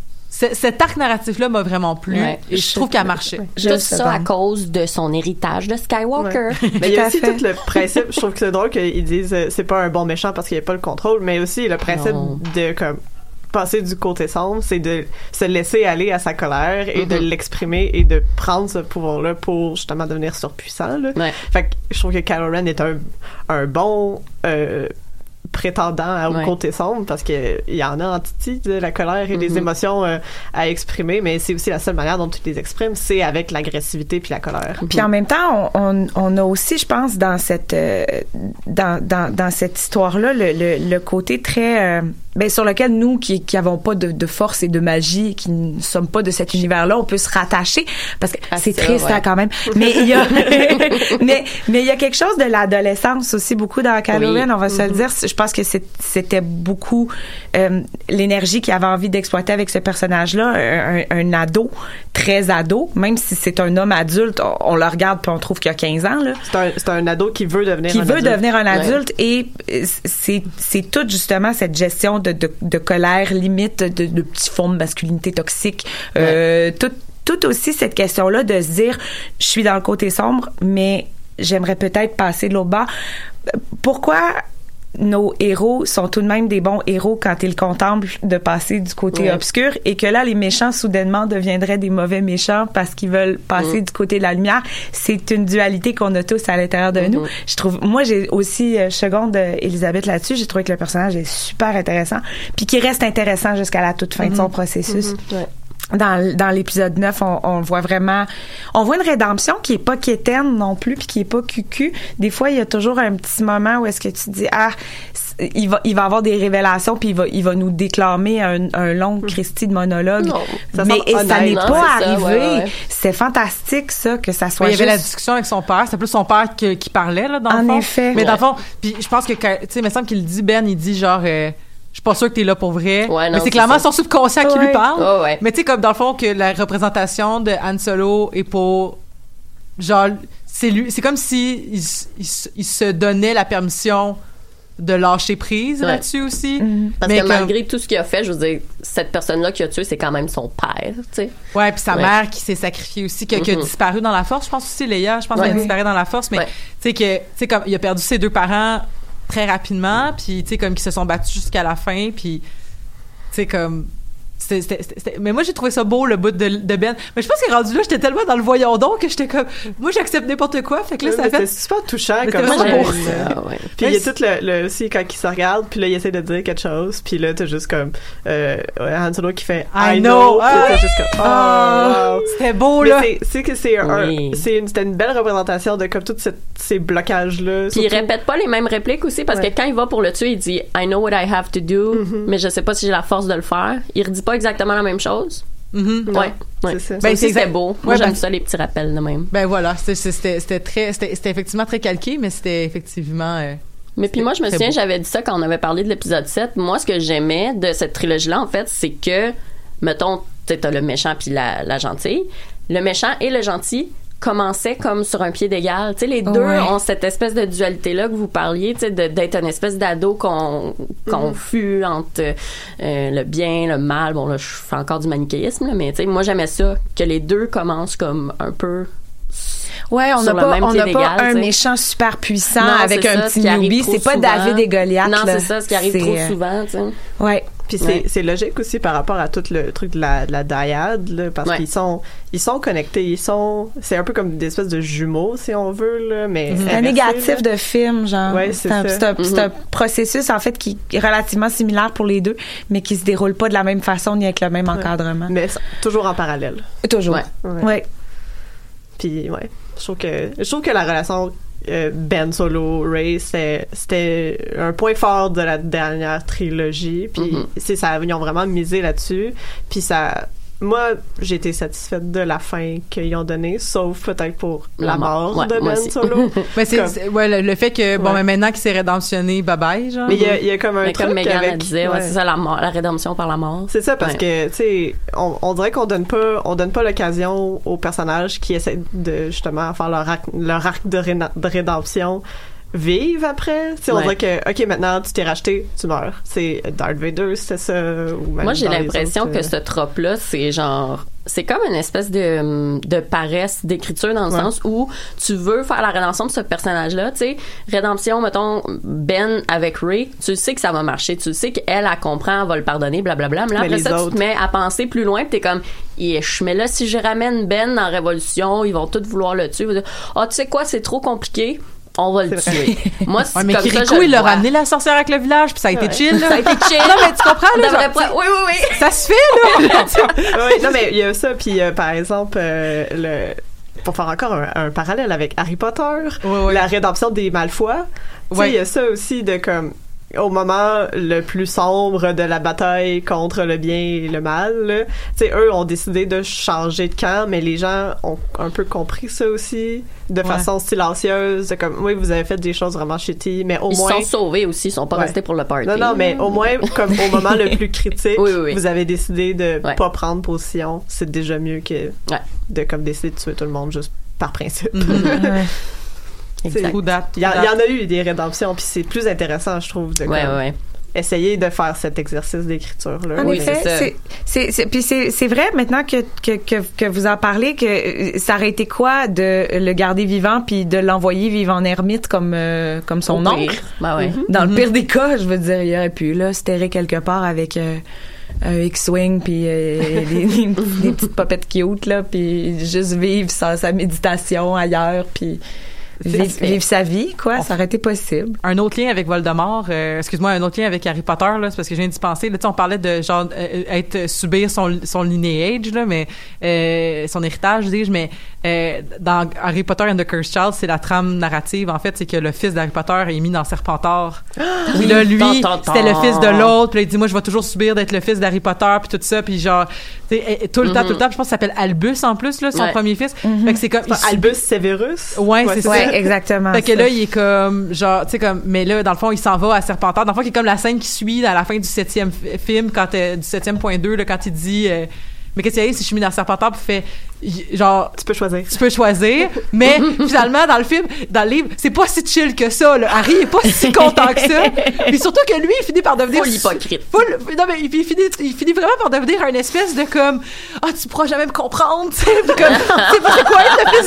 [SPEAKER 8] C- cet arc narratif-là m'a vraiment plu ouais, et je, je trouve qu'elle marchait.
[SPEAKER 9] Tout ça à cause de son héritage de Skywalker.
[SPEAKER 10] Ouais. Mais il y a aussi tout le principe, je trouve que c'est drôle qu'ils disent euh, c'est pas un bon méchant parce qu'il n'y a pas le contrôle, mais aussi le principe non. de comme passer du côté sombre, c'est de se laisser aller à sa colère et mm-hmm. de l'exprimer et de prendre ce pouvoir-là pour justement devenir surpuissant. Là. Ouais. Fait que je trouve que Kylo Ren est un, un bon... Euh, prétendant au ouais. côté sombre parce que il y en a en titi de la colère et mm-hmm. des émotions euh, à exprimer, mais c'est aussi la seule manière dont tu les exprimes, c'est avec l'agressivité puis la colère.
[SPEAKER 11] Puis en même temps, on, on, on a aussi, je pense, dans cette euh, dans, dans dans cette histoire-là, le, le, le côté très euh, ben sur lequel nous qui qui avons pas de, de force et de magie, qui ne sommes pas de cet univers-là, on peut se rattacher parce que ah, c'est ça, triste ouais. hein, quand même. Mais il y a mais mais il y a quelque chose de l'adolescence aussi beaucoup dans Kylo Ren, oui. on va mm-hmm. se le dire. Je pense que c'est, c'était beaucoup euh, l'énergie qu'il avait envie d'exploiter avec ce personnage-là, un, un ado, très ado, même si c'est un homme adulte, on, on le regarde puis on trouve qu'il a quinze ans. Là.
[SPEAKER 10] C'est, un, c'est un ado qui veut devenir
[SPEAKER 11] qui
[SPEAKER 10] un
[SPEAKER 11] veut
[SPEAKER 10] adulte.
[SPEAKER 11] devenir un adulte ouais. et c'est, c'est toute justement cette gestion de, de, de colère limite, de, de petites formes de masculinité toxique, ouais. euh, tout, tout aussi cette question-là de se dire, je suis dans le côté sombre, mais j'aimerais peut-être passer de l'autre bord. Pourquoi nos héros sont tout de même des bons héros quand ils contemplent de passer du côté ouais. obscur et que là, les méchants, soudainement, deviendraient des mauvais méchants parce qu'ils veulent passer mmh. du côté de la lumière. C'est une dualité qu'on a tous à l'intérieur de mmh. nous. Je trouve, moi, j'ai aussi, euh, seconde euh, Elisabeth là-dessus, j'ai trouvé que le personnage est super intéressant puis qui reste intéressant jusqu'à la toute fin mmh. de son processus. Mmh. Ouais. Dans, dans l'épisode neuf, on, on voit vraiment, on voit une rédemption qui est pas quétaine non plus puis qui est pas cucu. Des fois, il y a toujours un petit moment où est-ce que tu te dis, ah, il va, il va avoir des révélations puis il va, il va nous déclamer un, un long Christy de monologue. Non, ça mais et ça n'est non, pas arrivé. Ça, ouais, ouais. C'est fantastique, ça, que ça soit
[SPEAKER 8] mais il y avait
[SPEAKER 11] juste...
[SPEAKER 8] la discussion avec son père. C'est plus son père qui, qui parlait, là, dans
[SPEAKER 11] en
[SPEAKER 8] le fond.
[SPEAKER 11] En effet.
[SPEAKER 8] Mais ouais. dans le fond, puis je pense que, tu sais, il me semble qu'il dit, Ben, il dit genre, euh, je suis pas sûre que t'es là pour vrai. Ouais, non, mais c'est, c'est clairement ça. Son subconscient ouais. qui lui parle. Oh, ouais. Mais tu sais, comme dans le fond, que la représentation de Han Solo est pour... Genre, c'est lui... C'est comme si il, il, il se donnait la permission de lâcher prise ouais. là-dessus aussi. Mm-hmm.
[SPEAKER 9] Parce
[SPEAKER 8] mais
[SPEAKER 9] que
[SPEAKER 8] comme...
[SPEAKER 9] malgré tout ce qu'il a fait, je veux dire, cette personne-là qui a tué, c'est quand même son père, tu sais.
[SPEAKER 8] Ouais, puis sa
[SPEAKER 9] ouais.
[SPEAKER 8] mère qui s'est sacrifiée aussi, qui, mm-hmm. qui a disparu dans la force. Je pense aussi, Leia, je pense ouais. qu'elle a disparu dans la force. Mais ouais. tu sais, que, tu sais, comme il a perdu ses deux parents très rapidement, puis tu sais, comme qu'ils se sont battus jusqu'à la fin, puis tu sais, comme C'était, c'était, c'était, mais moi, j'ai trouvé ça beau, le bout de, de Ben. Mais je pense que rendu là, j'étais tellement dans le voyons donc que j'étais comme, moi, j'accepte n'importe quoi. Fait que là,
[SPEAKER 10] ouais,
[SPEAKER 8] ça a fait.
[SPEAKER 10] C'était super touchant,
[SPEAKER 8] mais
[SPEAKER 10] comme
[SPEAKER 8] c'était vraiment beau.
[SPEAKER 10] Ah, ouais. Puis il y a tout le, le, aussi quand il se regarde, puis là, il essaie de dire quelque chose, puis là, t'as juste comme, euh, Han Solo qui fait, I, I know. know. Ah,
[SPEAKER 8] oui.
[SPEAKER 10] juste comme, oh,
[SPEAKER 8] ah,
[SPEAKER 10] wow.
[SPEAKER 8] C'était beau,
[SPEAKER 10] mais
[SPEAKER 8] là.
[SPEAKER 10] C'est, c'est que c'est un,
[SPEAKER 9] oui.
[SPEAKER 10] c'est une, c'était une belle représentation de comme tous ces blocages-là.
[SPEAKER 9] Puis il répète pas les mêmes répliques aussi, parce ouais. que quand il va pour le tuer, il dit, I know what I have to do, mm-hmm. mais je sais pas si j'ai la force de le faire. Il redit pas exactement la même chose.
[SPEAKER 8] Mm-hmm.
[SPEAKER 9] Ouais, ouais.
[SPEAKER 10] C'est ça.
[SPEAKER 9] Ben, c'est c'était beau. Moi,
[SPEAKER 8] ouais,
[SPEAKER 9] j'aime
[SPEAKER 8] ben,
[SPEAKER 9] ça, les petits rappels de même.
[SPEAKER 8] Ben voilà, c'était, c'était, c'était très, c'était, c'était effectivement très calqué, mais c'était effectivement. Euh,
[SPEAKER 9] mais puis moi, je me souviens,
[SPEAKER 8] beau.
[SPEAKER 9] J'avais dit ça quand on avait parlé de l'épisode sept. Moi, ce que j'aimais de cette trilogie-là, en fait, c'est que, mettons, tu sais, t'as le méchant puis la, la gentille. Le méchant et le gentil commençaient comme sur un pied d'égal. Tu sais, les deux ouais. ont cette espèce de dualité-là que vous parliez, tu sais, d'être une espèce d'ado qu'on, confus mm-hmm. entre euh, le bien, le mal. Bon, là, je fais encore du manichéisme, là, mais tu sais, moi, j'aimais ça, que les deux commencent comme un peu...
[SPEAKER 11] Ouais, on n'a pas, on n'a pas un
[SPEAKER 9] t'sais.
[SPEAKER 11] méchant super puissant
[SPEAKER 9] non,
[SPEAKER 11] avec un
[SPEAKER 9] ça,
[SPEAKER 11] petit newbie. C'est pas
[SPEAKER 9] souvent.
[SPEAKER 11] David et Goliath.
[SPEAKER 9] Non,
[SPEAKER 11] là.
[SPEAKER 9] c'est ça, ce qui arrive
[SPEAKER 11] c'est,
[SPEAKER 9] trop
[SPEAKER 11] euh...
[SPEAKER 9] souvent, tu sais.
[SPEAKER 11] Ouais.
[SPEAKER 10] Puis c'est,
[SPEAKER 9] ouais.
[SPEAKER 10] c'est logique aussi par rapport à tout le truc de la, de la dyade, là, parce
[SPEAKER 9] ouais.
[SPEAKER 10] qu'ils sont, ils sont connectés, ils sont, c'est un peu comme des espèces de jumeaux, si on veut, là, mais.
[SPEAKER 11] Mm-hmm. Un négatif là. De film, genre.
[SPEAKER 10] Ouais, c'est,
[SPEAKER 11] c'est, un,
[SPEAKER 10] ça.
[SPEAKER 11] c'est, un,
[SPEAKER 9] mm-hmm.
[SPEAKER 11] c'est un processus, en fait, qui est relativement similaire pour les deux, mais qui se déroule pas de la même façon ni avec le même
[SPEAKER 10] ouais.
[SPEAKER 11] encadrement.
[SPEAKER 10] Mais toujours en parallèle.
[SPEAKER 11] Toujours.
[SPEAKER 9] Ouais.
[SPEAKER 11] ouais. ouais.
[SPEAKER 10] Puis, ouais. Je trouve que, je trouve que la relation euh, Ben Solo, Rey, c'était, c'était un point fort de la dernière trilogie. Puis, mm-hmm. c'est ça, ils ont vraiment misé là-dessus. Puis, ça, moi, j'ai été satisfaite de la fin qu'ils ont donnée, sauf peut-être pour la, la mort ouais, de Ben aussi. Solo.
[SPEAKER 8] Mais c'est, c'est ouais, le, le fait que, bon, ouais. mais maintenant qu'il s'est rédemptionné, bye-bye, genre.
[SPEAKER 10] Mais il y a, il y a comme un
[SPEAKER 9] mais
[SPEAKER 10] truc
[SPEAKER 9] comme Megan
[SPEAKER 10] avec...
[SPEAKER 9] disait, ouais. ouais, c'est ça, la, mort, la rédemption par la mort.
[SPEAKER 10] C'est ça, parce
[SPEAKER 9] ouais.
[SPEAKER 10] que, tu sais, on, on dirait qu'on donne pas, on donne pas l'occasion aux personnages qui essaient de, justement, faire leur arc, leur arc de, réna- de rédemption vivre après. Tu sais, on
[SPEAKER 9] ouais.
[SPEAKER 10] dirait que, OK, maintenant, tu t'es racheté, tu meurs. C'est Darth Vader, c'était ça. Ou même
[SPEAKER 9] moi, j'ai
[SPEAKER 10] dans
[SPEAKER 9] l'impression
[SPEAKER 10] autres,
[SPEAKER 9] que ce trope-là, c'est genre... C'est comme une espèce de, de paresse d'écriture dans le ouais. sens où tu veux faire la rédemption de ce personnage-là, tu sais. Rédemption, mettons, Ben avec Rey, tu sais que ça va marcher, tu sais qu'elle, elle comprend, elle va le pardonner, blablabla. Mais là, après ça, autres. Tu te mets à penser plus loin pis t'es comme, yesh, mais là, si je ramène Ben dans Révolution, ils vont tous vouloir le tuer. Ah, oh, tu sais quoi, c'est trop compliqué. On va le c'est tuer. Moi, c'est ouais,
[SPEAKER 8] mais
[SPEAKER 9] comme
[SPEAKER 8] Kirikou,
[SPEAKER 9] ça,
[SPEAKER 8] il a ramené la sorcière avec le village, puis ça a été ouais. chill. Là.
[SPEAKER 9] Ça a été chill.
[SPEAKER 8] Non, mais tu comprends, là? Genre,
[SPEAKER 9] pas... Oui, oui, oui.
[SPEAKER 8] Ça se fait, là.
[SPEAKER 10] Oui, non, mais il y a ça, puis euh, par exemple, euh, le... pour faire encore un, un parallèle avec Harry Potter, ouais, ouais. la rédemption des Malfoy, tu sais, il ouais. y a ça aussi de comme... au moment le plus sombre de la bataille contre le bien et le mal, tu sais, eux ont décidé de changer de camp, mais les gens ont un peu compris ça aussi, de ouais. façon silencieuse, de comme, oui, vous avez fait des choses vraiment shitty, mais au
[SPEAKER 9] ils
[SPEAKER 10] moins...
[SPEAKER 9] Ils sont sauvés aussi, ils sont pas ouais. restés pour le party.
[SPEAKER 10] Non, non, mais au moins, comme au moment le plus critique,
[SPEAKER 9] oui, oui, oui.
[SPEAKER 10] vous avez décidé de
[SPEAKER 9] ouais.
[SPEAKER 10] pas prendre position, c'est déjà mieux que
[SPEAKER 9] ouais.
[SPEAKER 10] de comme décider de tuer tout le monde juste par principe.
[SPEAKER 8] Mm-hmm.
[SPEAKER 10] Il y, y en a eu des rédemptions, puis c'est plus intéressant, je trouve, de
[SPEAKER 9] ouais,
[SPEAKER 10] comme,
[SPEAKER 9] ouais.
[SPEAKER 10] essayer de faire cet exercice d'écriture-là.
[SPEAKER 11] En oui, effet, c'est, c'est, c'est, c'est, puis c'est, c'est vrai, maintenant que, que, que, que vous en parlez, que ça aurait été quoi de le garder vivant puis de l'envoyer vivre en ermite comme, euh, comme son
[SPEAKER 9] Au
[SPEAKER 11] oncle?
[SPEAKER 9] Pire. Ben ouais.
[SPEAKER 11] Mm-hmm. Dans mm-hmm. le pire des cas, je veux dire, il aurait pu, là, se terrer quelque part avec... Euh, un X-Wing puis euh, des, des, des petites popettes cute, là, puis juste vivre sa, sa méditation ailleurs, puis... Vivre, vivre sa vie, quoi, ça aurait été possible.
[SPEAKER 8] Un autre lien avec Voldemort, euh, excuse-moi, un autre lien avec Harry Potter, là, c'est parce que je viens d'y penser. Là, tu sais, on parlait de genre euh, être subir son son lineage, là, mais euh, son héritage, dis-je, mais euh, dans Harry Potter and the Cursed Child, c'est la trame narrative. En fait, c'est que le fils d'Harry Potter est mis dans Serpentard. Puis là, lui, c'était le fils de l'autre. Puis là, il dit, moi, je vais toujours subir d'être le fils d'Harry Potter, puis tout ça, puis genre, tu sais, tout le mm-hmm. temps, tout le temps. Puis je pense que ça s'appelle Albus en plus, là, son
[SPEAKER 9] ouais.
[SPEAKER 8] premier fils.
[SPEAKER 11] Mm-hmm.
[SPEAKER 8] Fait que c'est comme
[SPEAKER 10] c'est
[SPEAKER 8] il,
[SPEAKER 10] Albus Severus.
[SPEAKER 8] Ouais,
[SPEAKER 10] ouais
[SPEAKER 8] c'est
[SPEAKER 10] ouais,
[SPEAKER 8] ça.
[SPEAKER 11] Exactement.
[SPEAKER 8] Fait que là, il est comme, genre, tu sais, comme, mais là, dans le fond, il s'en va à Serpentard. Dans le fond, qui est comme la scène qui suit à la fin du septième film, quand, euh, du septième point deux, là, quand il dit, euh, mais qu'est-ce qu'il y a si je suis mis dans Serpentard, puis fait, genre,
[SPEAKER 10] tu peux choisir.
[SPEAKER 8] Tu peux choisir, mais finalement, dans le film, dans le livre, c'est pas si chill que ça, là. Harry est pas si content que ça. Puis surtout que lui, il finit par devenir.
[SPEAKER 9] Full hypocrite.
[SPEAKER 8] Full, non, mais il finit, il finit vraiment par devenir un espèce de comme, ah, oh, tu pourras jamais me comprendre, tu sais. Comme, c'est pas quoi être le fils d'Harry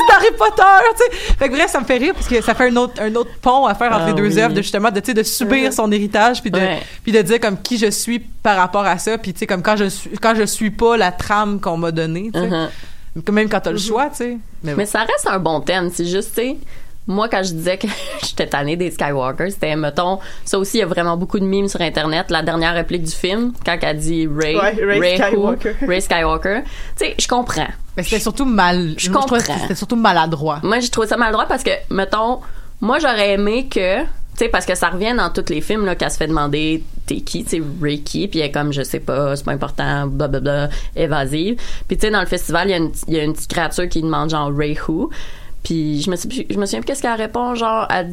[SPEAKER 8] Potter, tu sais. Fait que bref, ça me fait rire parce que ça fait un autre, un autre pont à faire entre
[SPEAKER 9] ah,
[SPEAKER 8] les deux
[SPEAKER 9] oui.
[SPEAKER 8] œuvres, de justement, de, tu sais, de subir
[SPEAKER 9] uh-huh.
[SPEAKER 8] son héritage puis de,
[SPEAKER 9] ouais.
[SPEAKER 8] puis de dire comme qui je suis par rapport à ça, puis tu sais, comme quand je suis, quand je suis pas la trame qu'on m'a donnée, tu sais. Uh-huh. Même quand t'as le choix, tu sais.
[SPEAKER 9] Mais, mais ça reste un bon thème, c'est juste, tu sais. Moi, quand je disais que j'étais tannée des Skywalker, c'était, mettons, ça aussi, il y a vraiment beaucoup de memes sur Internet. La dernière réplique du film, quand elle dit Rey,
[SPEAKER 10] ouais, Rey, Rey Skywalker.
[SPEAKER 9] Who, Rey Skywalker. Tu sais, je comprends.
[SPEAKER 8] Mais c'était surtout mal.
[SPEAKER 9] Je
[SPEAKER 8] moi,
[SPEAKER 9] comprends.
[SPEAKER 8] Je c'était surtout maladroit.
[SPEAKER 9] Moi, j'ai trouvé ça maladroit parce que, mettons, moi, j'aurais aimé que, tu sais, parce que ça revient dans tous les films, là, qu'elle se fait demander t'es qui, tu sais, Rey qui, puis elle est comme, je sais pas, c'est pas important, blablabla, évasive. Puis, tu sais, dans le festival, il y a une, il y a une petite créature qui demande, genre, Rey Who. Puis je me suis, je me souviens plus qu'est-ce qu'elle répond, genre à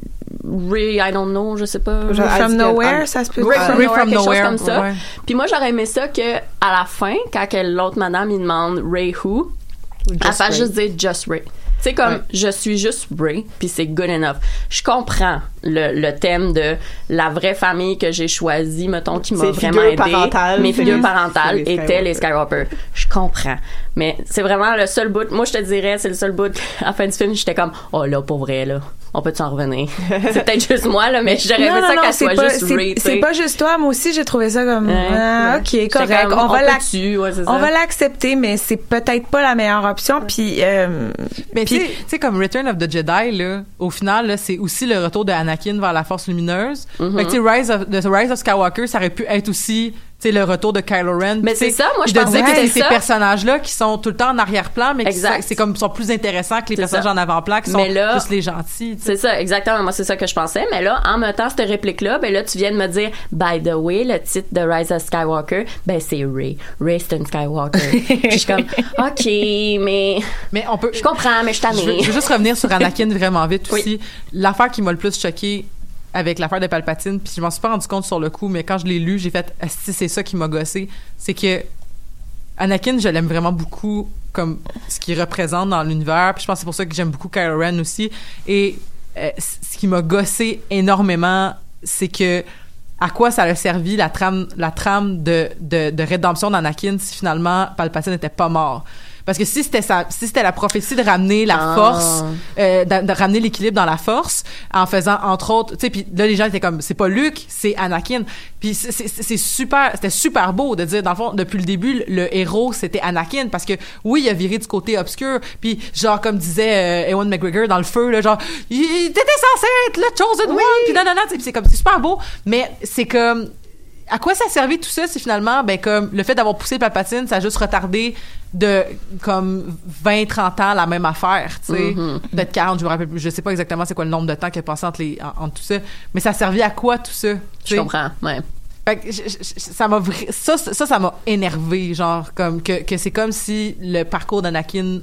[SPEAKER 9] Ray, I don't know, je sais pas.
[SPEAKER 11] Genre, from nowhere, ça se peut.
[SPEAKER 9] Ray from
[SPEAKER 8] Ray
[SPEAKER 9] nowhere,
[SPEAKER 8] from
[SPEAKER 9] quelque
[SPEAKER 8] nowhere.
[SPEAKER 9] chose comme ça.
[SPEAKER 8] Ouais.
[SPEAKER 9] Puis moi, j'aurais aimé ça que à la fin, quand que l'autre madame il demande Ray who, elle fasse juste dire just Ray. Tu sais, comme, ouais. je suis juste Ray, puis c'est good enough. Je comprends le, le thème de la vraie famille que j'ai choisie, mettons, qui m'a vraiment aidé. Mes figures parentales les étaient les Skywalker. Je comprends. Mais c'est vraiment le seul bout. Moi, je te dirais, c'est le seul bout. À la fin du film, j'étais comme, oh là, pour vrai, là. On peut-tu en revenir? C'est peut-être juste moi, là, mais j'aurais aimé ça qu'elle soit
[SPEAKER 11] pas,
[SPEAKER 9] juste
[SPEAKER 11] c'est,
[SPEAKER 9] Ray.
[SPEAKER 11] C'est pas juste toi. Moi aussi, j'ai trouvé ça comme,
[SPEAKER 9] ouais,
[SPEAKER 11] ah,
[SPEAKER 9] ouais.
[SPEAKER 11] ok, correct.
[SPEAKER 9] Comme,
[SPEAKER 11] on,
[SPEAKER 9] on,
[SPEAKER 11] va
[SPEAKER 9] l'ac- ouais,
[SPEAKER 11] on va l'accepter, mais c'est peut-être pas la meilleure option.
[SPEAKER 9] Ouais.
[SPEAKER 11] Puis, euh,
[SPEAKER 8] mais tu sais, comme Return of the Jedi, là, au final, là, c'est aussi le retour de Anakin vers la Force lumineuse. Mm-hmm. Fait que, tu sais, Rise of, the Rise of Skywalker, ça aurait pu être aussi, tu sais, le retour de Kylo Ren.
[SPEAKER 9] Mais c'est ça, moi, je
[SPEAKER 8] de
[SPEAKER 9] pensais
[SPEAKER 8] dire
[SPEAKER 9] que
[SPEAKER 8] que
[SPEAKER 9] c'est
[SPEAKER 8] c'est
[SPEAKER 9] ça.
[SPEAKER 8] Ces personnages-là qui sont tout le temps en arrière-plan, mais qui sont, c'est comme, sont plus intéressants que les
[SPEAKER 9] c'est
[SPEAKER 8] personnages
[SPEAKER 9] ça.
[SPEAKER 8] en avant-plan, qui sont
[SPEAKER 9] mais là,
[SPEAKER 8] plus les gentils.
[SPEAKER 9] T'sais. C'est ça, exactement. Moi, c'est ça que je pensais. Mais là, en me temps cette réplique-là, ben là, tu viens de me dire, by the way, le titre de Rise of Skywalker, ben c'est Rey. Rey, c'est une Skywalker. Puis je suis comme, OK, mais...
[SPEAKER 8] Mais on peut...
[SPEAKER 9] Je comprends, mais je t'en ai.
[SPEAKER 8] Je veux, je veux juste revenir sur Anakin vraiment vite
[SPEAKER 9] oui.
[SPEAKER 8] aussi. L'affaire qui m'a le plus choquée avec l'affaire de Palpatine, puis je m'en suis pas rendu compte sur le coup, mais quand je l'ai lu, j'ai fait si c'est ça qui m'a gossé, c'est que Anakin, je l'aime vraiment beaucoup comme ce qu'il représente dans l'univers, puis je pense que c'est pour ça que j'aime beaucoup Kylo Ren aussi, et euh, ce qui m'a gossé énormément, c'est que à quoi ça a servi la trame la trame de de, de rédemption d'Anakin si finalement Palpatine n'était pas mort. Parce que si c'était ça, si c'était la prophétie de ramener la
[SPEAKER 9] ah.
[SPEAKER 8] force, euh, de, de ramener l'équilibre dans la force, en faisant entre autres, tu sais, puis là les gens étaient comme, c'est pas Luke, c'est Anakin. Puis c'est, c'est, c'est super, c'était super beau de dire dans le fond depuis le début le héros c'était Anakin parce que oui il a viré du côté obscur, puis genre comme disait euh, Ewan McGregor dans le feu là, genre il était censé être le chosen oui. one, puis non non non, c'est comme c'est super beau, mais c'est comme à quoi ça servait tout ça? C'est finalement, ben, comme, le fait d'avoir poussé Palpatine, ça a juste retardé de, comme, vingt trente ans la même affaire, tu sais.
[SPEAKER 9] Mm-hmm.
[SPEAKER 8] Peut-être quarante, je me rappelle plus. Je sais pas exactement c'est quoi le nombre de temps qui a passé entre les, en, entre tout ça. Mais ça servait à quoi, tout ça?
[SPEAKER 9] Je comprends, ouais.
[SPEAKER 8] Fait que, je, je, ça m'a, ça, ça, ça m'a énervé, genre, comme, que, que c'est comme si le parcours d'Anakin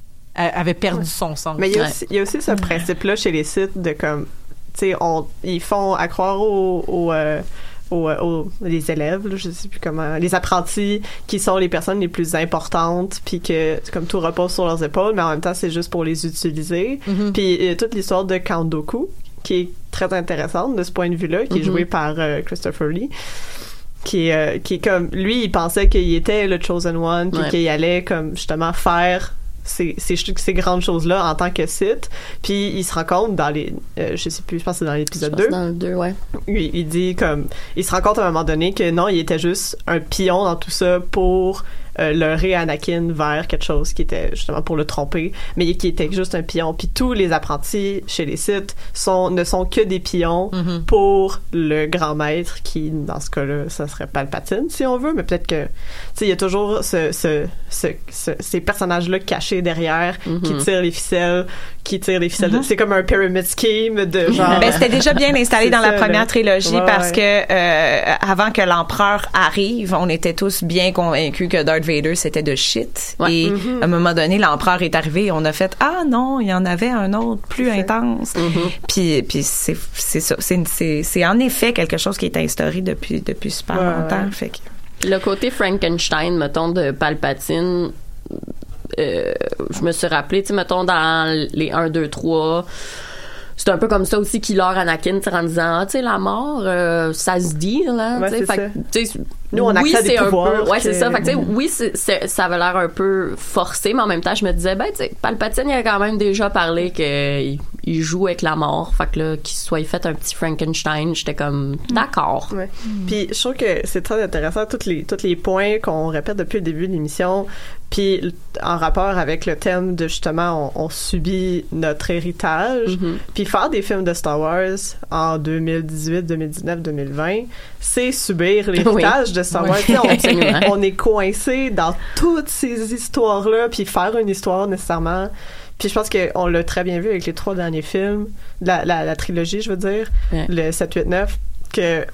[SPEAKER 8] avait perdu ouais. son sens.
[SPEAKER 10] Mais il y a
[SPEAKER 8] ouais.
[SPEAKER 10] aussi, il y a aussi ce principe-là chez les Sith de, comme, tu sais, on, ils font à croire au, au euh, Aux, aux les élèves, là, je sais plus comment, les apprentis qui sont les personnes les plus importantes, puis que comme tout repose sur leurs épaules, mais en même temps c'est juste pour les utiliser. Mm-hmm. Puis il y a toute l'histoire de Count Dooku qui est très intéressante de ce point de vue-là, qui mm-hmm. est joué par euh, Christopher Lee. Qui est, euh, qui est comme lui, il pensait qu'il était le Chosen One, puis ouais. qu'il allait comme justement faire ces, ces, ces grandes choses-là en tant que Sith. Puis il se rend compte dans les... Euh, je sais plus, je pense que c'est dans l'épisode deux.
[SPEAKER 9] Dans le deux, ouais.
[SPEAKER 10] Il, il dit comme... Il se rend compte à un moment donné que non, il était juste un pion dans tout ça pour euh, leurrer Anakin vers quelque chose qui était justement pour le tromper, mais qui était juste un pion. Puis tous les apprentis chez les Sith sont, ne sont que des pions mm-hmm. pour le grand maître qui, dans ce cas-là, ça serait Palpatine, si on veut, mais peut-être que... Tu sais, il y a toujours ce, ce, ce, ce, ces personnages-là cachés derrière mm-hmm. qui tirent les ficelles, qui tirent les ficelles. Mm-hmm. De, c'est comme un pyramid scheme de genre...
[SPEAKER 11] Ben, c'était déjà bien installé dans
[SPEAKER 10] ça,
[SPEAKER 11] la première
[SPEAKER 10] là.
[SPEAKER 11] trilogie
[SPEAKER 10] ouais,
[SPEAKER 11] parce
[SPEAKER 10] ouais.
[SPEAKER 11] que euh, avant que l'empereur arrive, on était tous bien convaincus que Darth Vader c'était de shit.
[SPEAKER 9] Ouais.
[SPEAKER 11] Et
[SPEAKER 10] mm-hmm.
[SPEAKER 11] à un moment donné, l'empereur est arrivé et on a fait ah non, il y en avait un autre plus
[SPEAKER 10] c'est
[SPEAKER 11] intense.
[SPEAKER 9] Mm-hmm.
[SPEAKER 11] Puis puis c'est c'est ça, c'est c'est c'est en effet quelque chose qui est instauré depuis depuis super
[SPEAKER 10] ouais,
[SPEAKER 11] longtemps.
[SPEAKER 10] Ouais.
[SPEAKER 11] Fait que...
[SPEAKER 9] Le côté Frankenstein, mettons, de Palpatine, euh, je me suis rappelé, tu sais, mettons, dans les un, deux, trois, c'est un peu comme ça aussi qu'il leur Anakin, tu sais, en disant, ah, tu sais, la mort, euh, ça se dit, là,
[SPEAKER 10] ouais,
[SPEAKER 9] tu sais, fait tu sais,
[SPEAKER 10] nous, on a
[SPEAKER 9] oui,
[SPEAKER 10] accès à des
[SPEAKER 9] c'est un
[SPEAKER 10] pouvoirs
[SPEAKER 9] peu, ouais,
[SPEAKER 10] que...
[SPEAKER 9] c'est ça, fait que, tu sais, oui, c'est, c'est, ça avait l'air un peu forcé, mais en même temps, je me disais, ben, tu sais, Palpatine, il a quand même déjà parlé qu'il il joue avec la mort, fait que là, qu'il soit fait un petit Frankenstein, j'étais comme, d'accord.
[SPEAKER 10] Ouais. Mm. Puis, je trouve que c'est très intéressant, tous les, tous les points qu'on répète depuis le début de l'émission, puis en rapport avec le thème de, justement, on, on subit notre héritage, mm-hmm. puis faire des films de Star Wars en deux mille dix-huit, deux mille dix-neuf, deux mille vingt, c'est subir l'héritage oui. de Star Wars. Oui. On, on est coincé dans toutes ces histoires-là, puis faire une histoire nécessairement. Puis je pense qu'on l'a très bien vu avec les trois derniers films, la, la, la trilogie, je veux dire, ouais. le sept, huit, neuf, que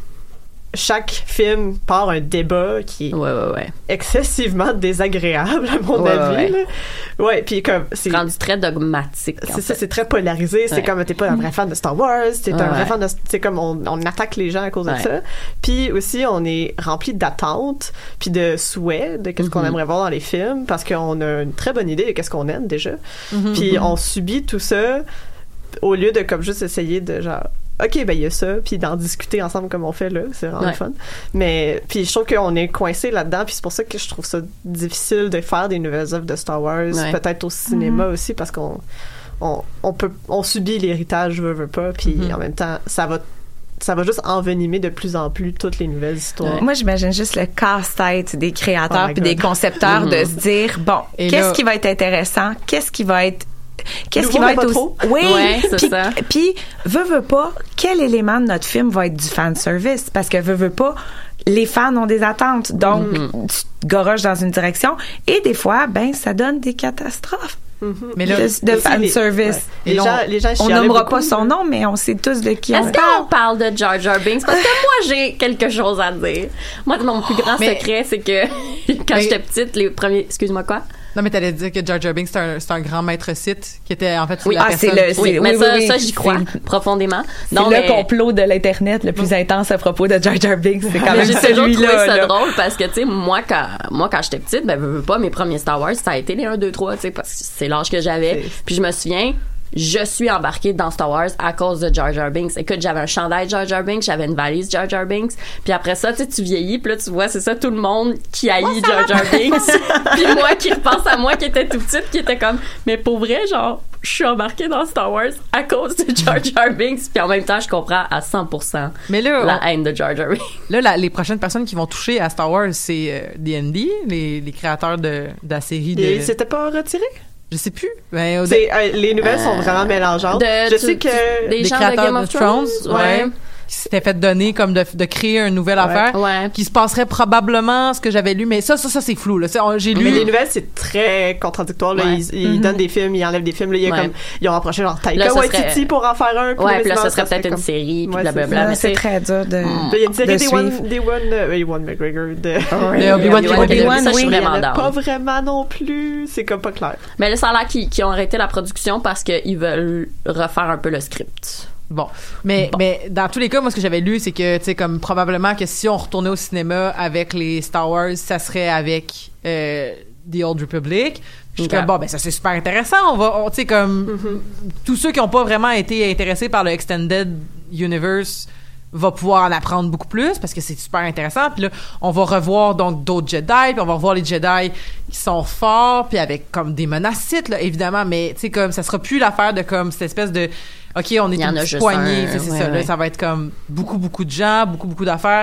[SPEAKER 10] chaque film part un débat qui est
[SPEAKER 9] ouais, ouais, ouais.
[SPEAKER 10] excessivement désagréable, à mon
[SPEAKER 9] ouais,
[SPEAKER 10] avis.
[SPEAKER 9] Ouais,
[SPEAKER 10] là. ouais puis comme...
[SPEAKER 9] C'est rendu très dogmatique.
[SPEAKER 10] C'est ça, c'est très polarisé. Ouais. C'est comme, t'es pas un vrai fan de Star Wars, t'es ouais, un vrai ouais. fan de... C'est comme, on, on attaque les gens à cause ouais. de ça. Puis aussi, on est rempli d'attentes, puis de souhaits de qu'est-ce mm-hmm. qu'on aimerait voir dans les films, parce qu'on a une très bonne idée de qu'est-ce qu'on aime, déjà. Mm-hmm. Puis on subit tout ça, au lieu de, comme, juste essayer de, genre... OK, ben il y a ça, puis d'en discuter ensemble comme on fait là, c'est vraiment ouais. fun. Mais puis je trouve qu'on est coincé là-dedans, puis c'est pour ça que je trouve ça difficile de faire des nouvelles œuvres de Star Wars, ouais. peut-être au cinéma mm-hmm. aussi, parce qu'on on, on peut on subit l'héritage, veut, veut pas, puis mm-hmm. en même temps ça va ça va juste envenimer de plus en plus toutes les nouvelles histoires.
[SPEAKER 11] Ouais. Moi, j'imagine juste le casse-tête des créateurs oh puis des concepteurs mm-hmm. de se dire bon, Et qu'est-ce là... qui va être intéressant, qu'est-ce qui va être Qu'est-ce
[SPEAKER 10] Nouveau,
[SPEAKER 11] qui va être
[SPEAKER 10] aussi...
[SPEAKER 11] Trop. Oui,
[SPEAKER 9] ouais, c'est
[SPEAKER 11] puis,
[SPEAKER 9] ça.
[SPEAKER 11] Puis, veut, veut pas, quel élément de notre film va être du fan service? Parce que veut, veut pas, les fans ont des attentes. Donc, mm-hmm. tu te goroches dans une direction. Et des fois, ben, ça donne des catastrophes.
[SPEAKER 10] Mm-hmm.
[SPEAKER 11] Mais là, de, de fan
[SPEAKER 10] les,
[SPEAKER 11] service.
[SPEAKER 10] Ouais. Les, gens, on, les gens
[SPEAKER 11] on nommera beaucoup, pas son nom, mais on sait tous de qui
[SPEAKER 9] Est-ce
[SPEAKER 11] on
[SPEAKER 9] parle. Est-ce qu'on parle de Jar Jar Binks? Parce que moi, j'ai quelque chose à dire. Moi, mon plus grand mais, secret, c'est que quand mais, j'étais petite, les premiers... Excuse-moi, quoi?
[SPEAKER 8] Non, mais t'allais dire que Jar Jar Binks, c'est un, c'est un grand maître Sith qui était, en fait,
[SPEAKER 9] oui.
[SPEAKER 8] la
[SPEAKER 9] ah,
[SPEAKER 8] personne...
[SPEAKER 9] C'est le, c'est, oui, mais oui, ça, oui, ça, j'y crois
[SPEAKER 11] c'est,
[SPEAKER 9] profondément.
[SPEAKER 11] C'est non, le mais... complot de l'Internet le plus intense à propos de Jar Jar Binks. C'est quand même
[SPEAKER 9] j'ai
[SPEAKER 11] celui-là.
[SPEAKER 9] J'ai toujours trouvé ça
[SPEAKER 11] là.
[SPEAKER 9] drôle parce que, tu sais, moi, quand, moi, quand j'étais petite, ben, veux, veux pas, mes premiers Star Wars, ça a été les un, deux, trois, tu sais, parce que c'est l'âge que j'avais. C'est... Puis je me souviens... Je suis embarquée dans Star Wars à cause de Jar Jar Binks. Écoute, j'avais un chandail Jar Jar Binks, j'avais une valise Jar Jar Binks. Puis après ça, tu sais, tu vieillis, puis là, tu vois, c'est ça, tout le monde qui haït Jar Jar Binks. Puis moi qui repense à moi qui était tout petite, qui était comme, mais pour vrai, genre, je suis embarquée dans Star Wars à cause de Jar Jar Binks. Puis en même temps, je comprends à cent pour cent mais là, la on... haine de Jar Jar Binks.
[SPEAKER 8] Là, la, les prochaines personnes qui vont toucher à Star Wars, c'est euh, D and D, les, les créateurs de, de la série de...
[SPEAKER 10] Et c'était pas retiré?
[SPEAKER 8] Je sais plus. Ben,
[SPEAKER 10] c'est, euh, les nouvelles euh, sont vraiment mélangeantes.
[SPEAKER 9] De,
[SPEAKER 10] je
[SPEAKER 9] tu,
[SPEAKER 10] sais que
[SPEAKER 9] des
[SPEAKER 8] les
[SPEAKER 9] gens
[SPEAKER 8] créateurs
[SPEAKER 9] de Game of Thrones,
[SPEAKER 8] Thrones ouais. ouais. qui s'était fait donner comme de, de créer une nouvelle
[SPEAKER 9] ouais.
[SPEAKER 8] affaire
[SPEAKER 9] ouais.
[SPEAKER 8] qui se passerait probablement ce que j'avais lu, mais ça, ça, ça c'est flou. Là. C'est, on, j'ai lu.
[SPEAKER 10] Mais les nouvelles, c'est très contradictoire. Là.
[SPEAKER 9] Ouais.
[SPEAKER 10] Ils, ils mm-hmm. donnent des films, ils enlèvent des films. Là. Il y a ouais. comme, ils ont approché genre Taika Waititi pour en faire un.
[SPEAKER 9] Ouais, puis là, ça serait peut-être une comme... série, puis blablabla.
[SPEAKER 11] Mais c'est très dur de.
[SPEAKER 10] Il y a une série des One, des One, Ewan McGregor, de
[SPEAKER 8] Obi-Wan
[SPEAKER 9] Kenobi. Ça, je suis
[SPEAKER 10] vraiment
[SPEAKER 9] down.
[SPEAKER 10] Pas vraiment non plus. C'est comme pas clair.
[SPEAKER 9] Mais là, ça a l'air qu'ils ont arrêté la production parce qu'ils veulent refaire un peu le script.
[SPEAKER 8] Bon, mais bon. mais dans tous les cas, moi ce que j'avais lu, c'est que tu sais comme probablement que si on retournait au cinéma avec les Star Wars, ça serait avec euh, The Old Republic. Je suis okay. comme bon, ben ça c'est super intéressant. On va, tu sais comme mm-hmm. tous ceux qui n'ont pas vraiment été intéressés par le Extended Universe va pouvoir en apprendre beaucoup plus parce que c'est super intéressant. Puis là, on va revoir donc d'autres Jedi, puis on va revoir les Jedi qui sont forts, puis avec comme des menaces Sith, là, évidemment, mais tu sais comme ça sera plus l'affaire de comme cette espèce de OK, on est une petite poignée, un, c'est ouais, ça. Ouais. Là, ça va être comme beaucoup, beaucoup de gens, beaucoup, beaucoup d'affaires.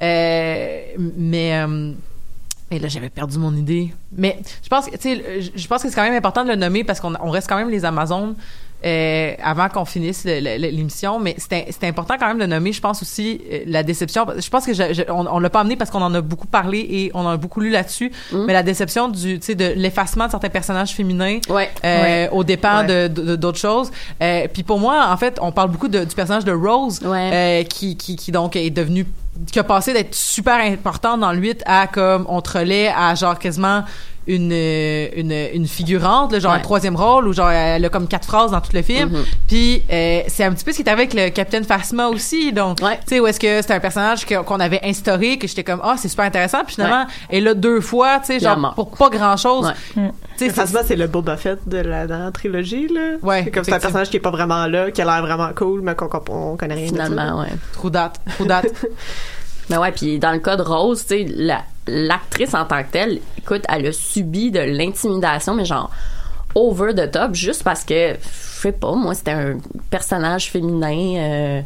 [SPEAKER 8] Euh, mais euh, et là, j'avais perdu mon idée. Mais je pense que tu sais, je pense que c'est quand même important de le nommer parce qu'on on reste quand même les Amazones. Euh, avant qu'on finisse le, le, l'émission, mais c'est, c'est important quand même de nommer, je pense aussi euh, la déception. Je pense que je, je, on, on l'a pas amené parce qu'on en a beaucoup parlé et on en a beaucoup lu là-dessus. Mm. Mais la déception du, tu sais, de l'effacement de certains personnages féminins
[SPEAKER 9] ouais.
[SPEAKER 8] Euh,
[SPEAKER 9] ouais.
[SPEAKER 8] aux dépens
[SPEAKER 9] ouais.
[SPEAKER 8] de, de, de d'autres choses. Euh, puis pour moi, en fait, on parle beaucoup de, du personnage de Rose,
[SPEAKER 9] ouais.
[SPEAKER 8] euh, qui, qui, qui donc est devenu, qui a passé d'être super importante dans le huit à comme on te relaie à genre quasiment une une une figurante, là, genre
[SPEAKER 9] Ouais.
[SPEAKER 8] un troisième rôle, ou genre elle a comme quatre phrases dans tout le film.
[SPEAKER 9] Mm-hmm.
[SPEAKER 8] Puis euh, c'est un petit peu ce qui est arrivé avec le Capitaine Phasma aussi. Donc,
[SPEAKER 9] Ouais.
[SPEAKER 8] tu sais, où est-ce que c'était un personnage que- qu'on avait instauré, que j'étais comme ah c'est super intéressant. Puis finalement,
[SPEAKER 9] Ouais.
[SPEAKER 8] elle est là deux fois, tu sais,
[SPEAKER 9] Puis elle
[SPEAKER 8] genre
[SPEAKER 9] meurt.
[SPEAKER 8] pour pas grand chose.
[SPEAKER 9] Ouais.
[SPEAKER 8] Tu sais,
[SPEAKER 10] Phasma, c'est le Boba Fett de la, dans la trilogie, là.
[SPEAKER 8] Ouais,
[SPEAKER 10] C'est comme c'est un
[SPEAKER 8] effectivement.
[SPEAKER 10] personnage qui est pas vraiment là, qui a l'air vraiment cool, mais qu'on, qu'on, on connaît rien de ça.
[SPEAKER 9] Finalement, ouais.
[SPEAKER 8] True dat, true dat.
[SPEAKER 9] Mais ouais, puis dans le cas de Rose, tu sais, la, l'actrice en tant que telle, écoute, elle a subi de l'intimidation, mais genre over the top, juste parce que, je sais pas, moi, c'était un personnage féminin. Euh,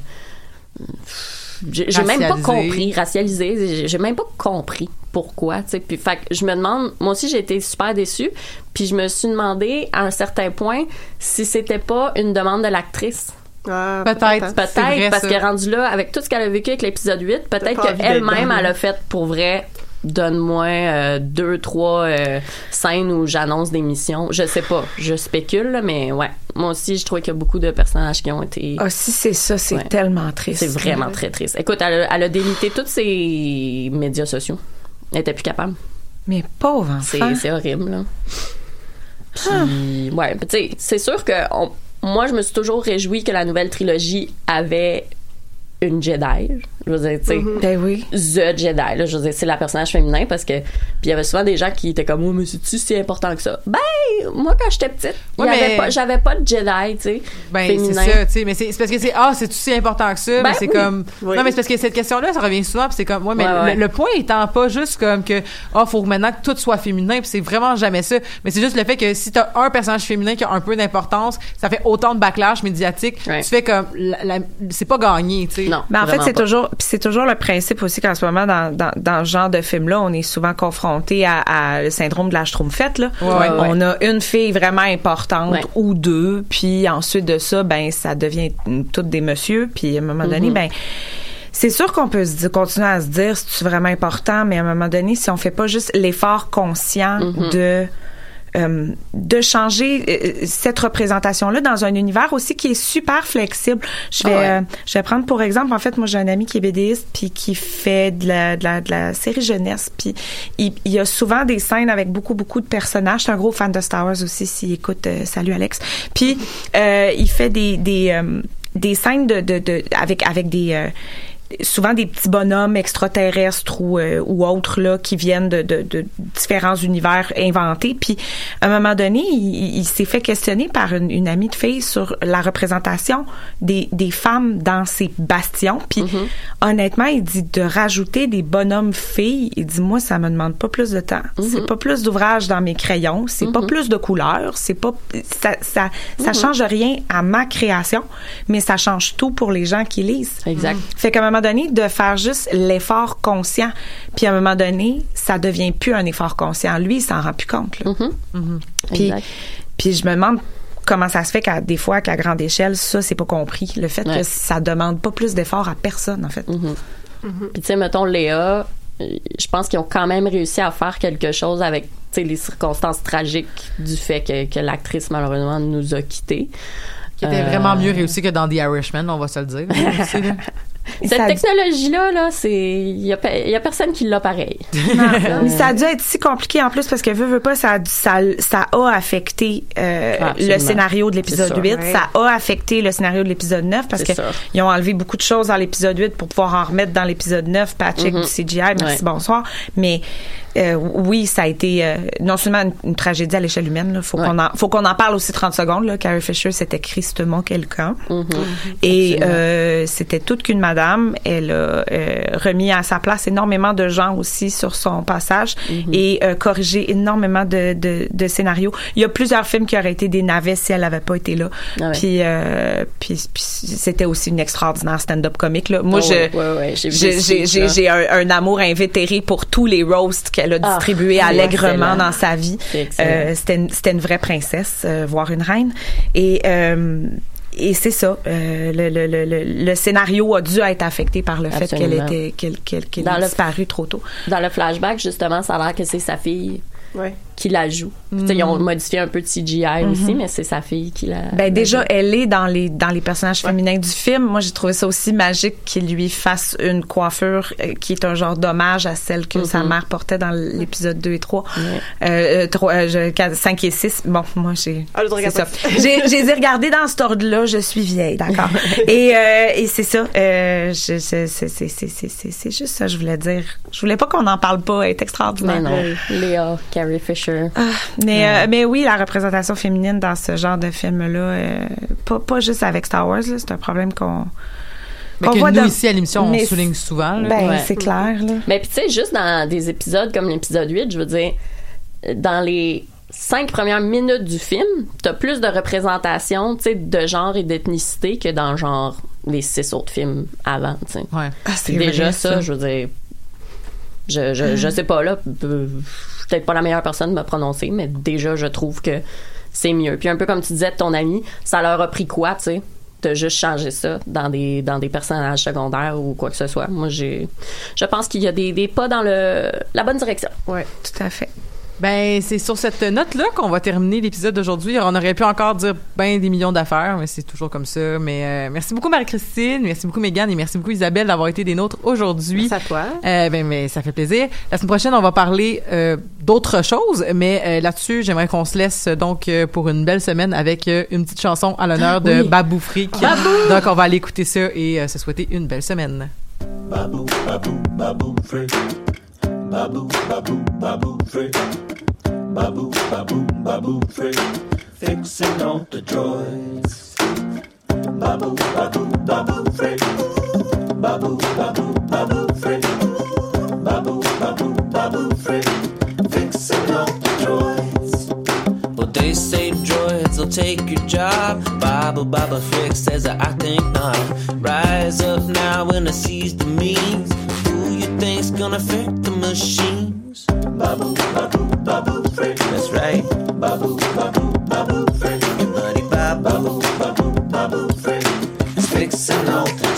[SPEAKER 9] j'ai, j'ai même pas
[SPEAKER 8] Racialisé.
[SPEAKER 9] compris, racialisé, j'ai, j'ai même pas compris pourquoi, tu sais. Puis, fait que je me demande, moi aussi, j'ai été super déçue, puis je me suis demandé à un certain point si c'était pas une demande de l'actrice.
[SPEAKER 10] Ah,
[SPEAKER 8] Peut-être.
[SPEAKER 9] Peut-être,
[SPEAKER 8] C'est vrai,
[SPEAKER 9] parce
[SPEAKER 8] ça.
[SPEAKER 9] que rendu là, avec tout ce qu'elle a vécu avec l'épisode huit, peut-être
[SPEAKER 10] pas envie
[SPEAKER 9] qu'elle-même,
[SPEAKER 10] d'être
[SPEAKER 9] elle a fait pour vrai, donne-moi euh, deux, trois euh, scènes où j'annonce des missions. Je sais pas, je spécule, là, mais ouais. Moi aussi, je trouve qu'il y a beaucoup de personnages qui ont été...
[SPEAKER 11] Ah, si c'est ça, c'est
[SPEAKER 9] Ouais.
[SPEAKER 11] tellement triste.
[SPEAKER 9] C'est vraiment très triste. Écoute, elle a, elle a délité tous ses médias sociaux. Elle était plus capable.
[SPEAKER 11] Mais pauvre
[SPEAKER 9] C'est,
[SPEAKER 11] enfant.
[SPEAKER 9] c'est horrible, là. Puis, ouais, tu sais, c'est sûr que on- moi, je me suis toujours réjouie que la nouvelle trilogie avait une Jedi. Je veux dire, tu sais,
[SPEAKER 11] Ben oui.
[SPEAKER 9] The Jedi, là, je veux dire, c'est la personnage féminin parce que. Puis il y avait souvent des gens qui étaient comme, oh, mais c'est-tu si important que ça? Ben, moi, quand j'étais petite, il y
[SPEAKER 8] Ouais,
[SPEAKER 9] avait
[SPEAKER 8] mais-
[SPEAKER 9] pas, j'avais pas de Jedi, tu sais.
[SPEAKER 8] Ben,
[SPEAKER 9] féminin.
[SPEAKER 8] c'est ça, tu sais, mais c'est, c'est parce que c'est, ah, c'est aussi important que ça,
[SPEAKER 9] Ben
[SPEAKER 8] mais c'est
[SPEAKER 9] oui.
[SPEAKER 8] comme,
[SPEAKER 10] Oui.
[SPEAKER 8] non, mais c'est parce que cette question-là, ça revient souvent, puis c'est comme, ouais, mais
[SPEAKER 9] Ouais,
[SPEAKER 8] le,
[SPEAKER 9] ouais.
[SPEAKER 8] le point étant pas juste comme que, ah, faut maintenant que tout soit féminin, puis c'est vraiment jamais ça, mais c'est juste le fait que si t'as un personnage féminin qui a un peu d'importance, ça fait autant de backlash médiatique,
[SPEAKER 9] Ouais.
[SPEAKER 8] tu fais comme, la- la- c'est pas gagné, tu sais.
[SPEAKER 9] Non.
[SPEAKER 11] Mais en fait,
[SPEAKER 9] vraiment
[SPEAKER 11] c'est
[SPEAKER 9] pas.
[SPEAKER 11] toujours, puis c'est toujours le principe aussi qu'en ce moment, dans, dans, dans ce genre de film-là, on est souvent confronté à, à le syndrome de la Schtroumpfette, là.
[SPEAKER 8] Ouais, ouais.
[SPEAKER 11] On a une fille vraiment importante
[SPEAKER 9] Ouais.
[SPEAKER 11] ou deux, puis ensuite de ça, ben, ça devient toutes des messieurs, puis à un moment donné,
[SPEAKER 9] Mm-hmm.
[SPEAKER 11] ben, c'est sûr qu'on peut se dire, continuer à se dire si c'est vraiment important, mais à un moment donné, si on fait pas juste l'effort conscient
[SPEAKER 9] Mm-hmm.
[SPEAKER 11] de euh, de changer euh, cette représentation-là dans un univers aussi qui est super flexible. Je vais,
[SPEAKER 9] Ah ouais.
[SPEAKER 11] euh, je vais prendre pour exemple, en fait, moi j'ai un ami qui est bédéiste puis qui fait de la, de la, de la série jeunesse, puis il, il y a souvent des scènes avec beaucoup beaucoup de personnages. C'est un gros fan de Star Wars aussi. S'il écoute, euh, salut Alex. Puis euh, il fait des des euh, des scènes de, de, de avec avec des euh, souvent des petits bonhommes extraterrestres ou euh, ou autres là qui viennent de, de, de différents univers inventés. Puis à un moment donné, il, il s'est fait questionner par une, une amie de fille sur la représentation des, des femmes dans ces bastions. Puis honnêtement, il dit de rajouter des bonhommes filles. Il dit moi ça me demande pas plus de temps. C'est pas plus d'ouvrage dans mes crayons. C'est pas plus de couleurs. C'est pas ça ça ça change rien à ma création, mais ça change tout pour les gens qui lisent.
[SPEAKER 9] Exact.
[SPEAKER 11] Fait qu'à un moment donné, de faire juste l'effort conscient, puis à un moment donné, ça devient plus un effort conscient. Lui, il s'en rend plus compte. Là. Puis,
[SPEAKER 9] Exact.
[SPEAKER 11] puis je me demande comment ça se fait qu'à des fois, qu'à grande échelle, ça, c'est pas compris. Le fait
[SPEAKER 9] Ouais.
[SPEAKER 11] que ça demande pas plus d'effort à personne, en fait.
[SPEAKER 9] Puis tu sais, mettons Léa, euh, je pense qu'ils ont quand même réussi à faire quelque chose avec, tu sais, les circonstances tragiques du fait que, que l'actrice malheureusement nous a quittés.
[SPEAKER 8] Qui était
[SPEAKER 9] Euh,
[SPEAKER 8] vraiment mieux réussi que dans The Irishman, on va se le dire. aussi, là.
[SPEAKER 9] Cette
[SPEAKER 11] Ça-
[SPEAKER 9] technologie-là, là, c'est, il y a, pe- y a personne qui l'a pareil.
[SPEAKER 11] Mais ça a dû être si compliqué en plus parce que veut, veut pas, ça, a dû- ça, ça a affecté euh,
[SPEAKER 9] Ah, absolument.
[SPEAKER 11] le scénario de l'épisode
[SPEAKER 9] C'est sûr.
[SPEAKER 11] huit.
[SPEAKER 10] Ouais.
[SPEAKER 11] Ça a affecté le scénario de l'épisode neuf parce
[SPEAKER 9] C'est
[SPEAKER 11] que
[SPEAKER 9] sûr.
[SPEAKER 11] ils ont enlevé beaucoup de choses dans l'épisode huit pour pouvoir en remettre dans l'épisode neuf, patch avec
[SPEAKER 9] Mhm.
[SPEAKER 11] du C G I, merci,
[SPEAKER 9] Ouais.
[SPEAKER 11] bonsoir. Mais euh, oui, ça a été euh, non seulement une, une tragédie à l'échelle humaine, là, faut
[SPEAKER 9] Ouais.
[SPEAKER 11] qu'on en, faut qu'on en parle aussi trente secondes. Là, Carrie Fisher, c'était tristement quelqu'un.
[SPEAKER 9] Mhm.
[SPEAKER 11] Et
[SPEAKER 9] Absolument.
[SPEAKER 11] euh, c'était toute qu'une madame. Elle a euh, remis à sa place énormément de gens aussi sur son passage et euh, corrigé énormément de, de, de scénarios. Il y a plusieurs films qui auraient été des navets si elle n'avait pas été là.
[SPEAKER 9] Ah ouais.
[SPEAKER 11] Puis, euh, puis, puis c'était aussi une extraordinaire stand-up comique. Là. Moi,
[SPEAKER 9] Oh,
[SPEAKER 11] je,
[SPEAKER 9] ouais, ouais, ouais, j'ai vu
[SPEAKER 11] j'ai,
[SPEAKER 9] des
[SPEAKER 11] j'ai,
[SPEAKER 9] speeches,
[SPEAKER 11] j'ai,
[SPEAKER 9] là.
[SPEAKER 11] j'ai un, un amour invétéré pour tous les roasts qu'elle a
[SPEAKER 9] Ah,
[SPEAKER 11] distribués
[SPEAKER 9] c'est
[SPEAKER 11] allègrement
[SPEAKER 9] excellent.
[SPEAKER 11] dans sa vie.
[SPEAKER 9] C'est excellent.
[SPEAKER 11] Euh, c'était, une, c'était une vraie princesse, euh, voire une reine. Et euh, et c'est ça. Euh, le, le, le, le, le scénario a dû être affecté par le fait qu'elle
[SPEAKER 9] Absolument.
[SPEAKER 11] était qu'elle, qu'elle, qu'elle
[SPEAKER 9] Dans
[SPEAKER 11] ait
[SPEAKER 9] le-
[SPEAKER 11] disparu trop tôt.
[SPEAKER 9] Dans le flashback, justement, ça a l'air que c'est sa fille
[SPEAKER 10] Ouais.
[SPEAKER 9] qui la joue. Mm. Ils ont modifié un peu de C G I mm-hmm. aussi, mais c'est sa fille qui la...
[SPEAKER 11] Ben déjà, joue. Elle est dans les dans les personnages ouais. féminins du film. Moi, j'ai trouvé ça aussi magique qu'il lui fasse une coiffure euh, qui est un genre d'hommage à celle que mm-hmm. sa mère portait dans l'épisode deux et trois. Mm. Euh, trois, euh, cinq et six. Bon, moi, j'ai...
[SPEAKER 10] Ah,
[SPEAKER 11] c'est ça. j'ai, j'ai regardé dans cet ordre-là. Je suis vieille, d'accord. et, euh, et c'est ça. Euh, je, je, c'est, c'est, c'est, c'est, c'est, c'est juste ça, je voulais dire. Je voulais pas qu'on n'en parle pas. Elle est extraordinaire.
[SPEAKER 9] Mais non. Léa, Carrie Fisher.
[SPEAKER 11] Ah, mais, ouais. euh, mais oui, la représentation féminine dans ce genre de film-là, euh, pas, pas juste avec Star Wars, là, c'est un problème qu'on...
[SPEAKER 8] Mais qu'on que voit nous, dans... ici, à l'émission, on souligne souvent. Là.
[SPEAKER 11] Ben,
[SPEAKER 9] ouais.
[SPEAKER 11] c'est clair, là.
[SPEAKER 9] Mais puis, tu sais, juste dans des épisodes comme l'épisode huit, je veux dire, dans les cinq premières minutes du film, t'as plus de représentation, tu sais, de genre et d'ethnicité que dans, genre, les six autres films avant, tu sais.
[SPEAKER 8] Ouais.
[SPEAKER 11] Ah, c'est
[SPEAKER 9] déjà
[SPEAKER 11] vrai,
[SPEAKER 9] ça,
[SPEAKER 11] ça,
[SPEAKER 9] je veux dire... Je, je, je sais pas, là, peut-être pas la meilleure personne de me prononcer, mais déjà, je trouve que c'est mieux. Puis un peu comme tu disais de ton ami, ça leur a pris quoi, tu sais, de juste changer ça dans des, dans des personnages secondaires ou quoi que ce soit. Moi, j'ai, je pense qu'il y a des, des pas dans le, la bonne direction.
[SPEAKER 11] Oui, tout à fait.
[SPEAKER 8] Ben, c'est sur cette note-là qu'on va terminer l'épisode d'aujourd'hui. On aurait pu encore dire ben des millions d'affaires, mais c'est toujours comme ça. Mais euh, merci beaucoup Marie-Christine, merci beaucoup Mégane et merci beaucoup Isabelle d'avoir été des nôtres aujourd'hui.
[SPEAKER 10] Merci à toi.
[SPEAKER 8] Euh, ben, mais ça fait plaisir. La semaine prochaine, on va parler euh, d'autres choses, mais euh, là-dessus, j'aimerais qu'on se laisse donc euh, pour une belle semaine avec euh, une petite chanson à l'honneur de oui. Babou Fric.
[SPEAKER 9] Babou!
[SPEAKER 8] Donc, on va aller écouter ça et euh, se souhaiter une belle semaine.
[SPEAKER 12] Babou, babou, babou Fric. Babou, babou, babou Fric. Babou, babou, babou Fric. Fixing all the droids. Babou, babou, babou Fric. Babou, babou, babou Fric. Babou, babou, babou Fric. Fixing all the droids. Well, they say droids will take your job. Babou, babou Fric says I think not. Rise up now when I seize the means. Who you think's gonna fix the machines? Babou, babou, babou Fric. That's right. Babou, babou, babou Fric. Your buddy Babou, babou, babou Fric. It's fixing all the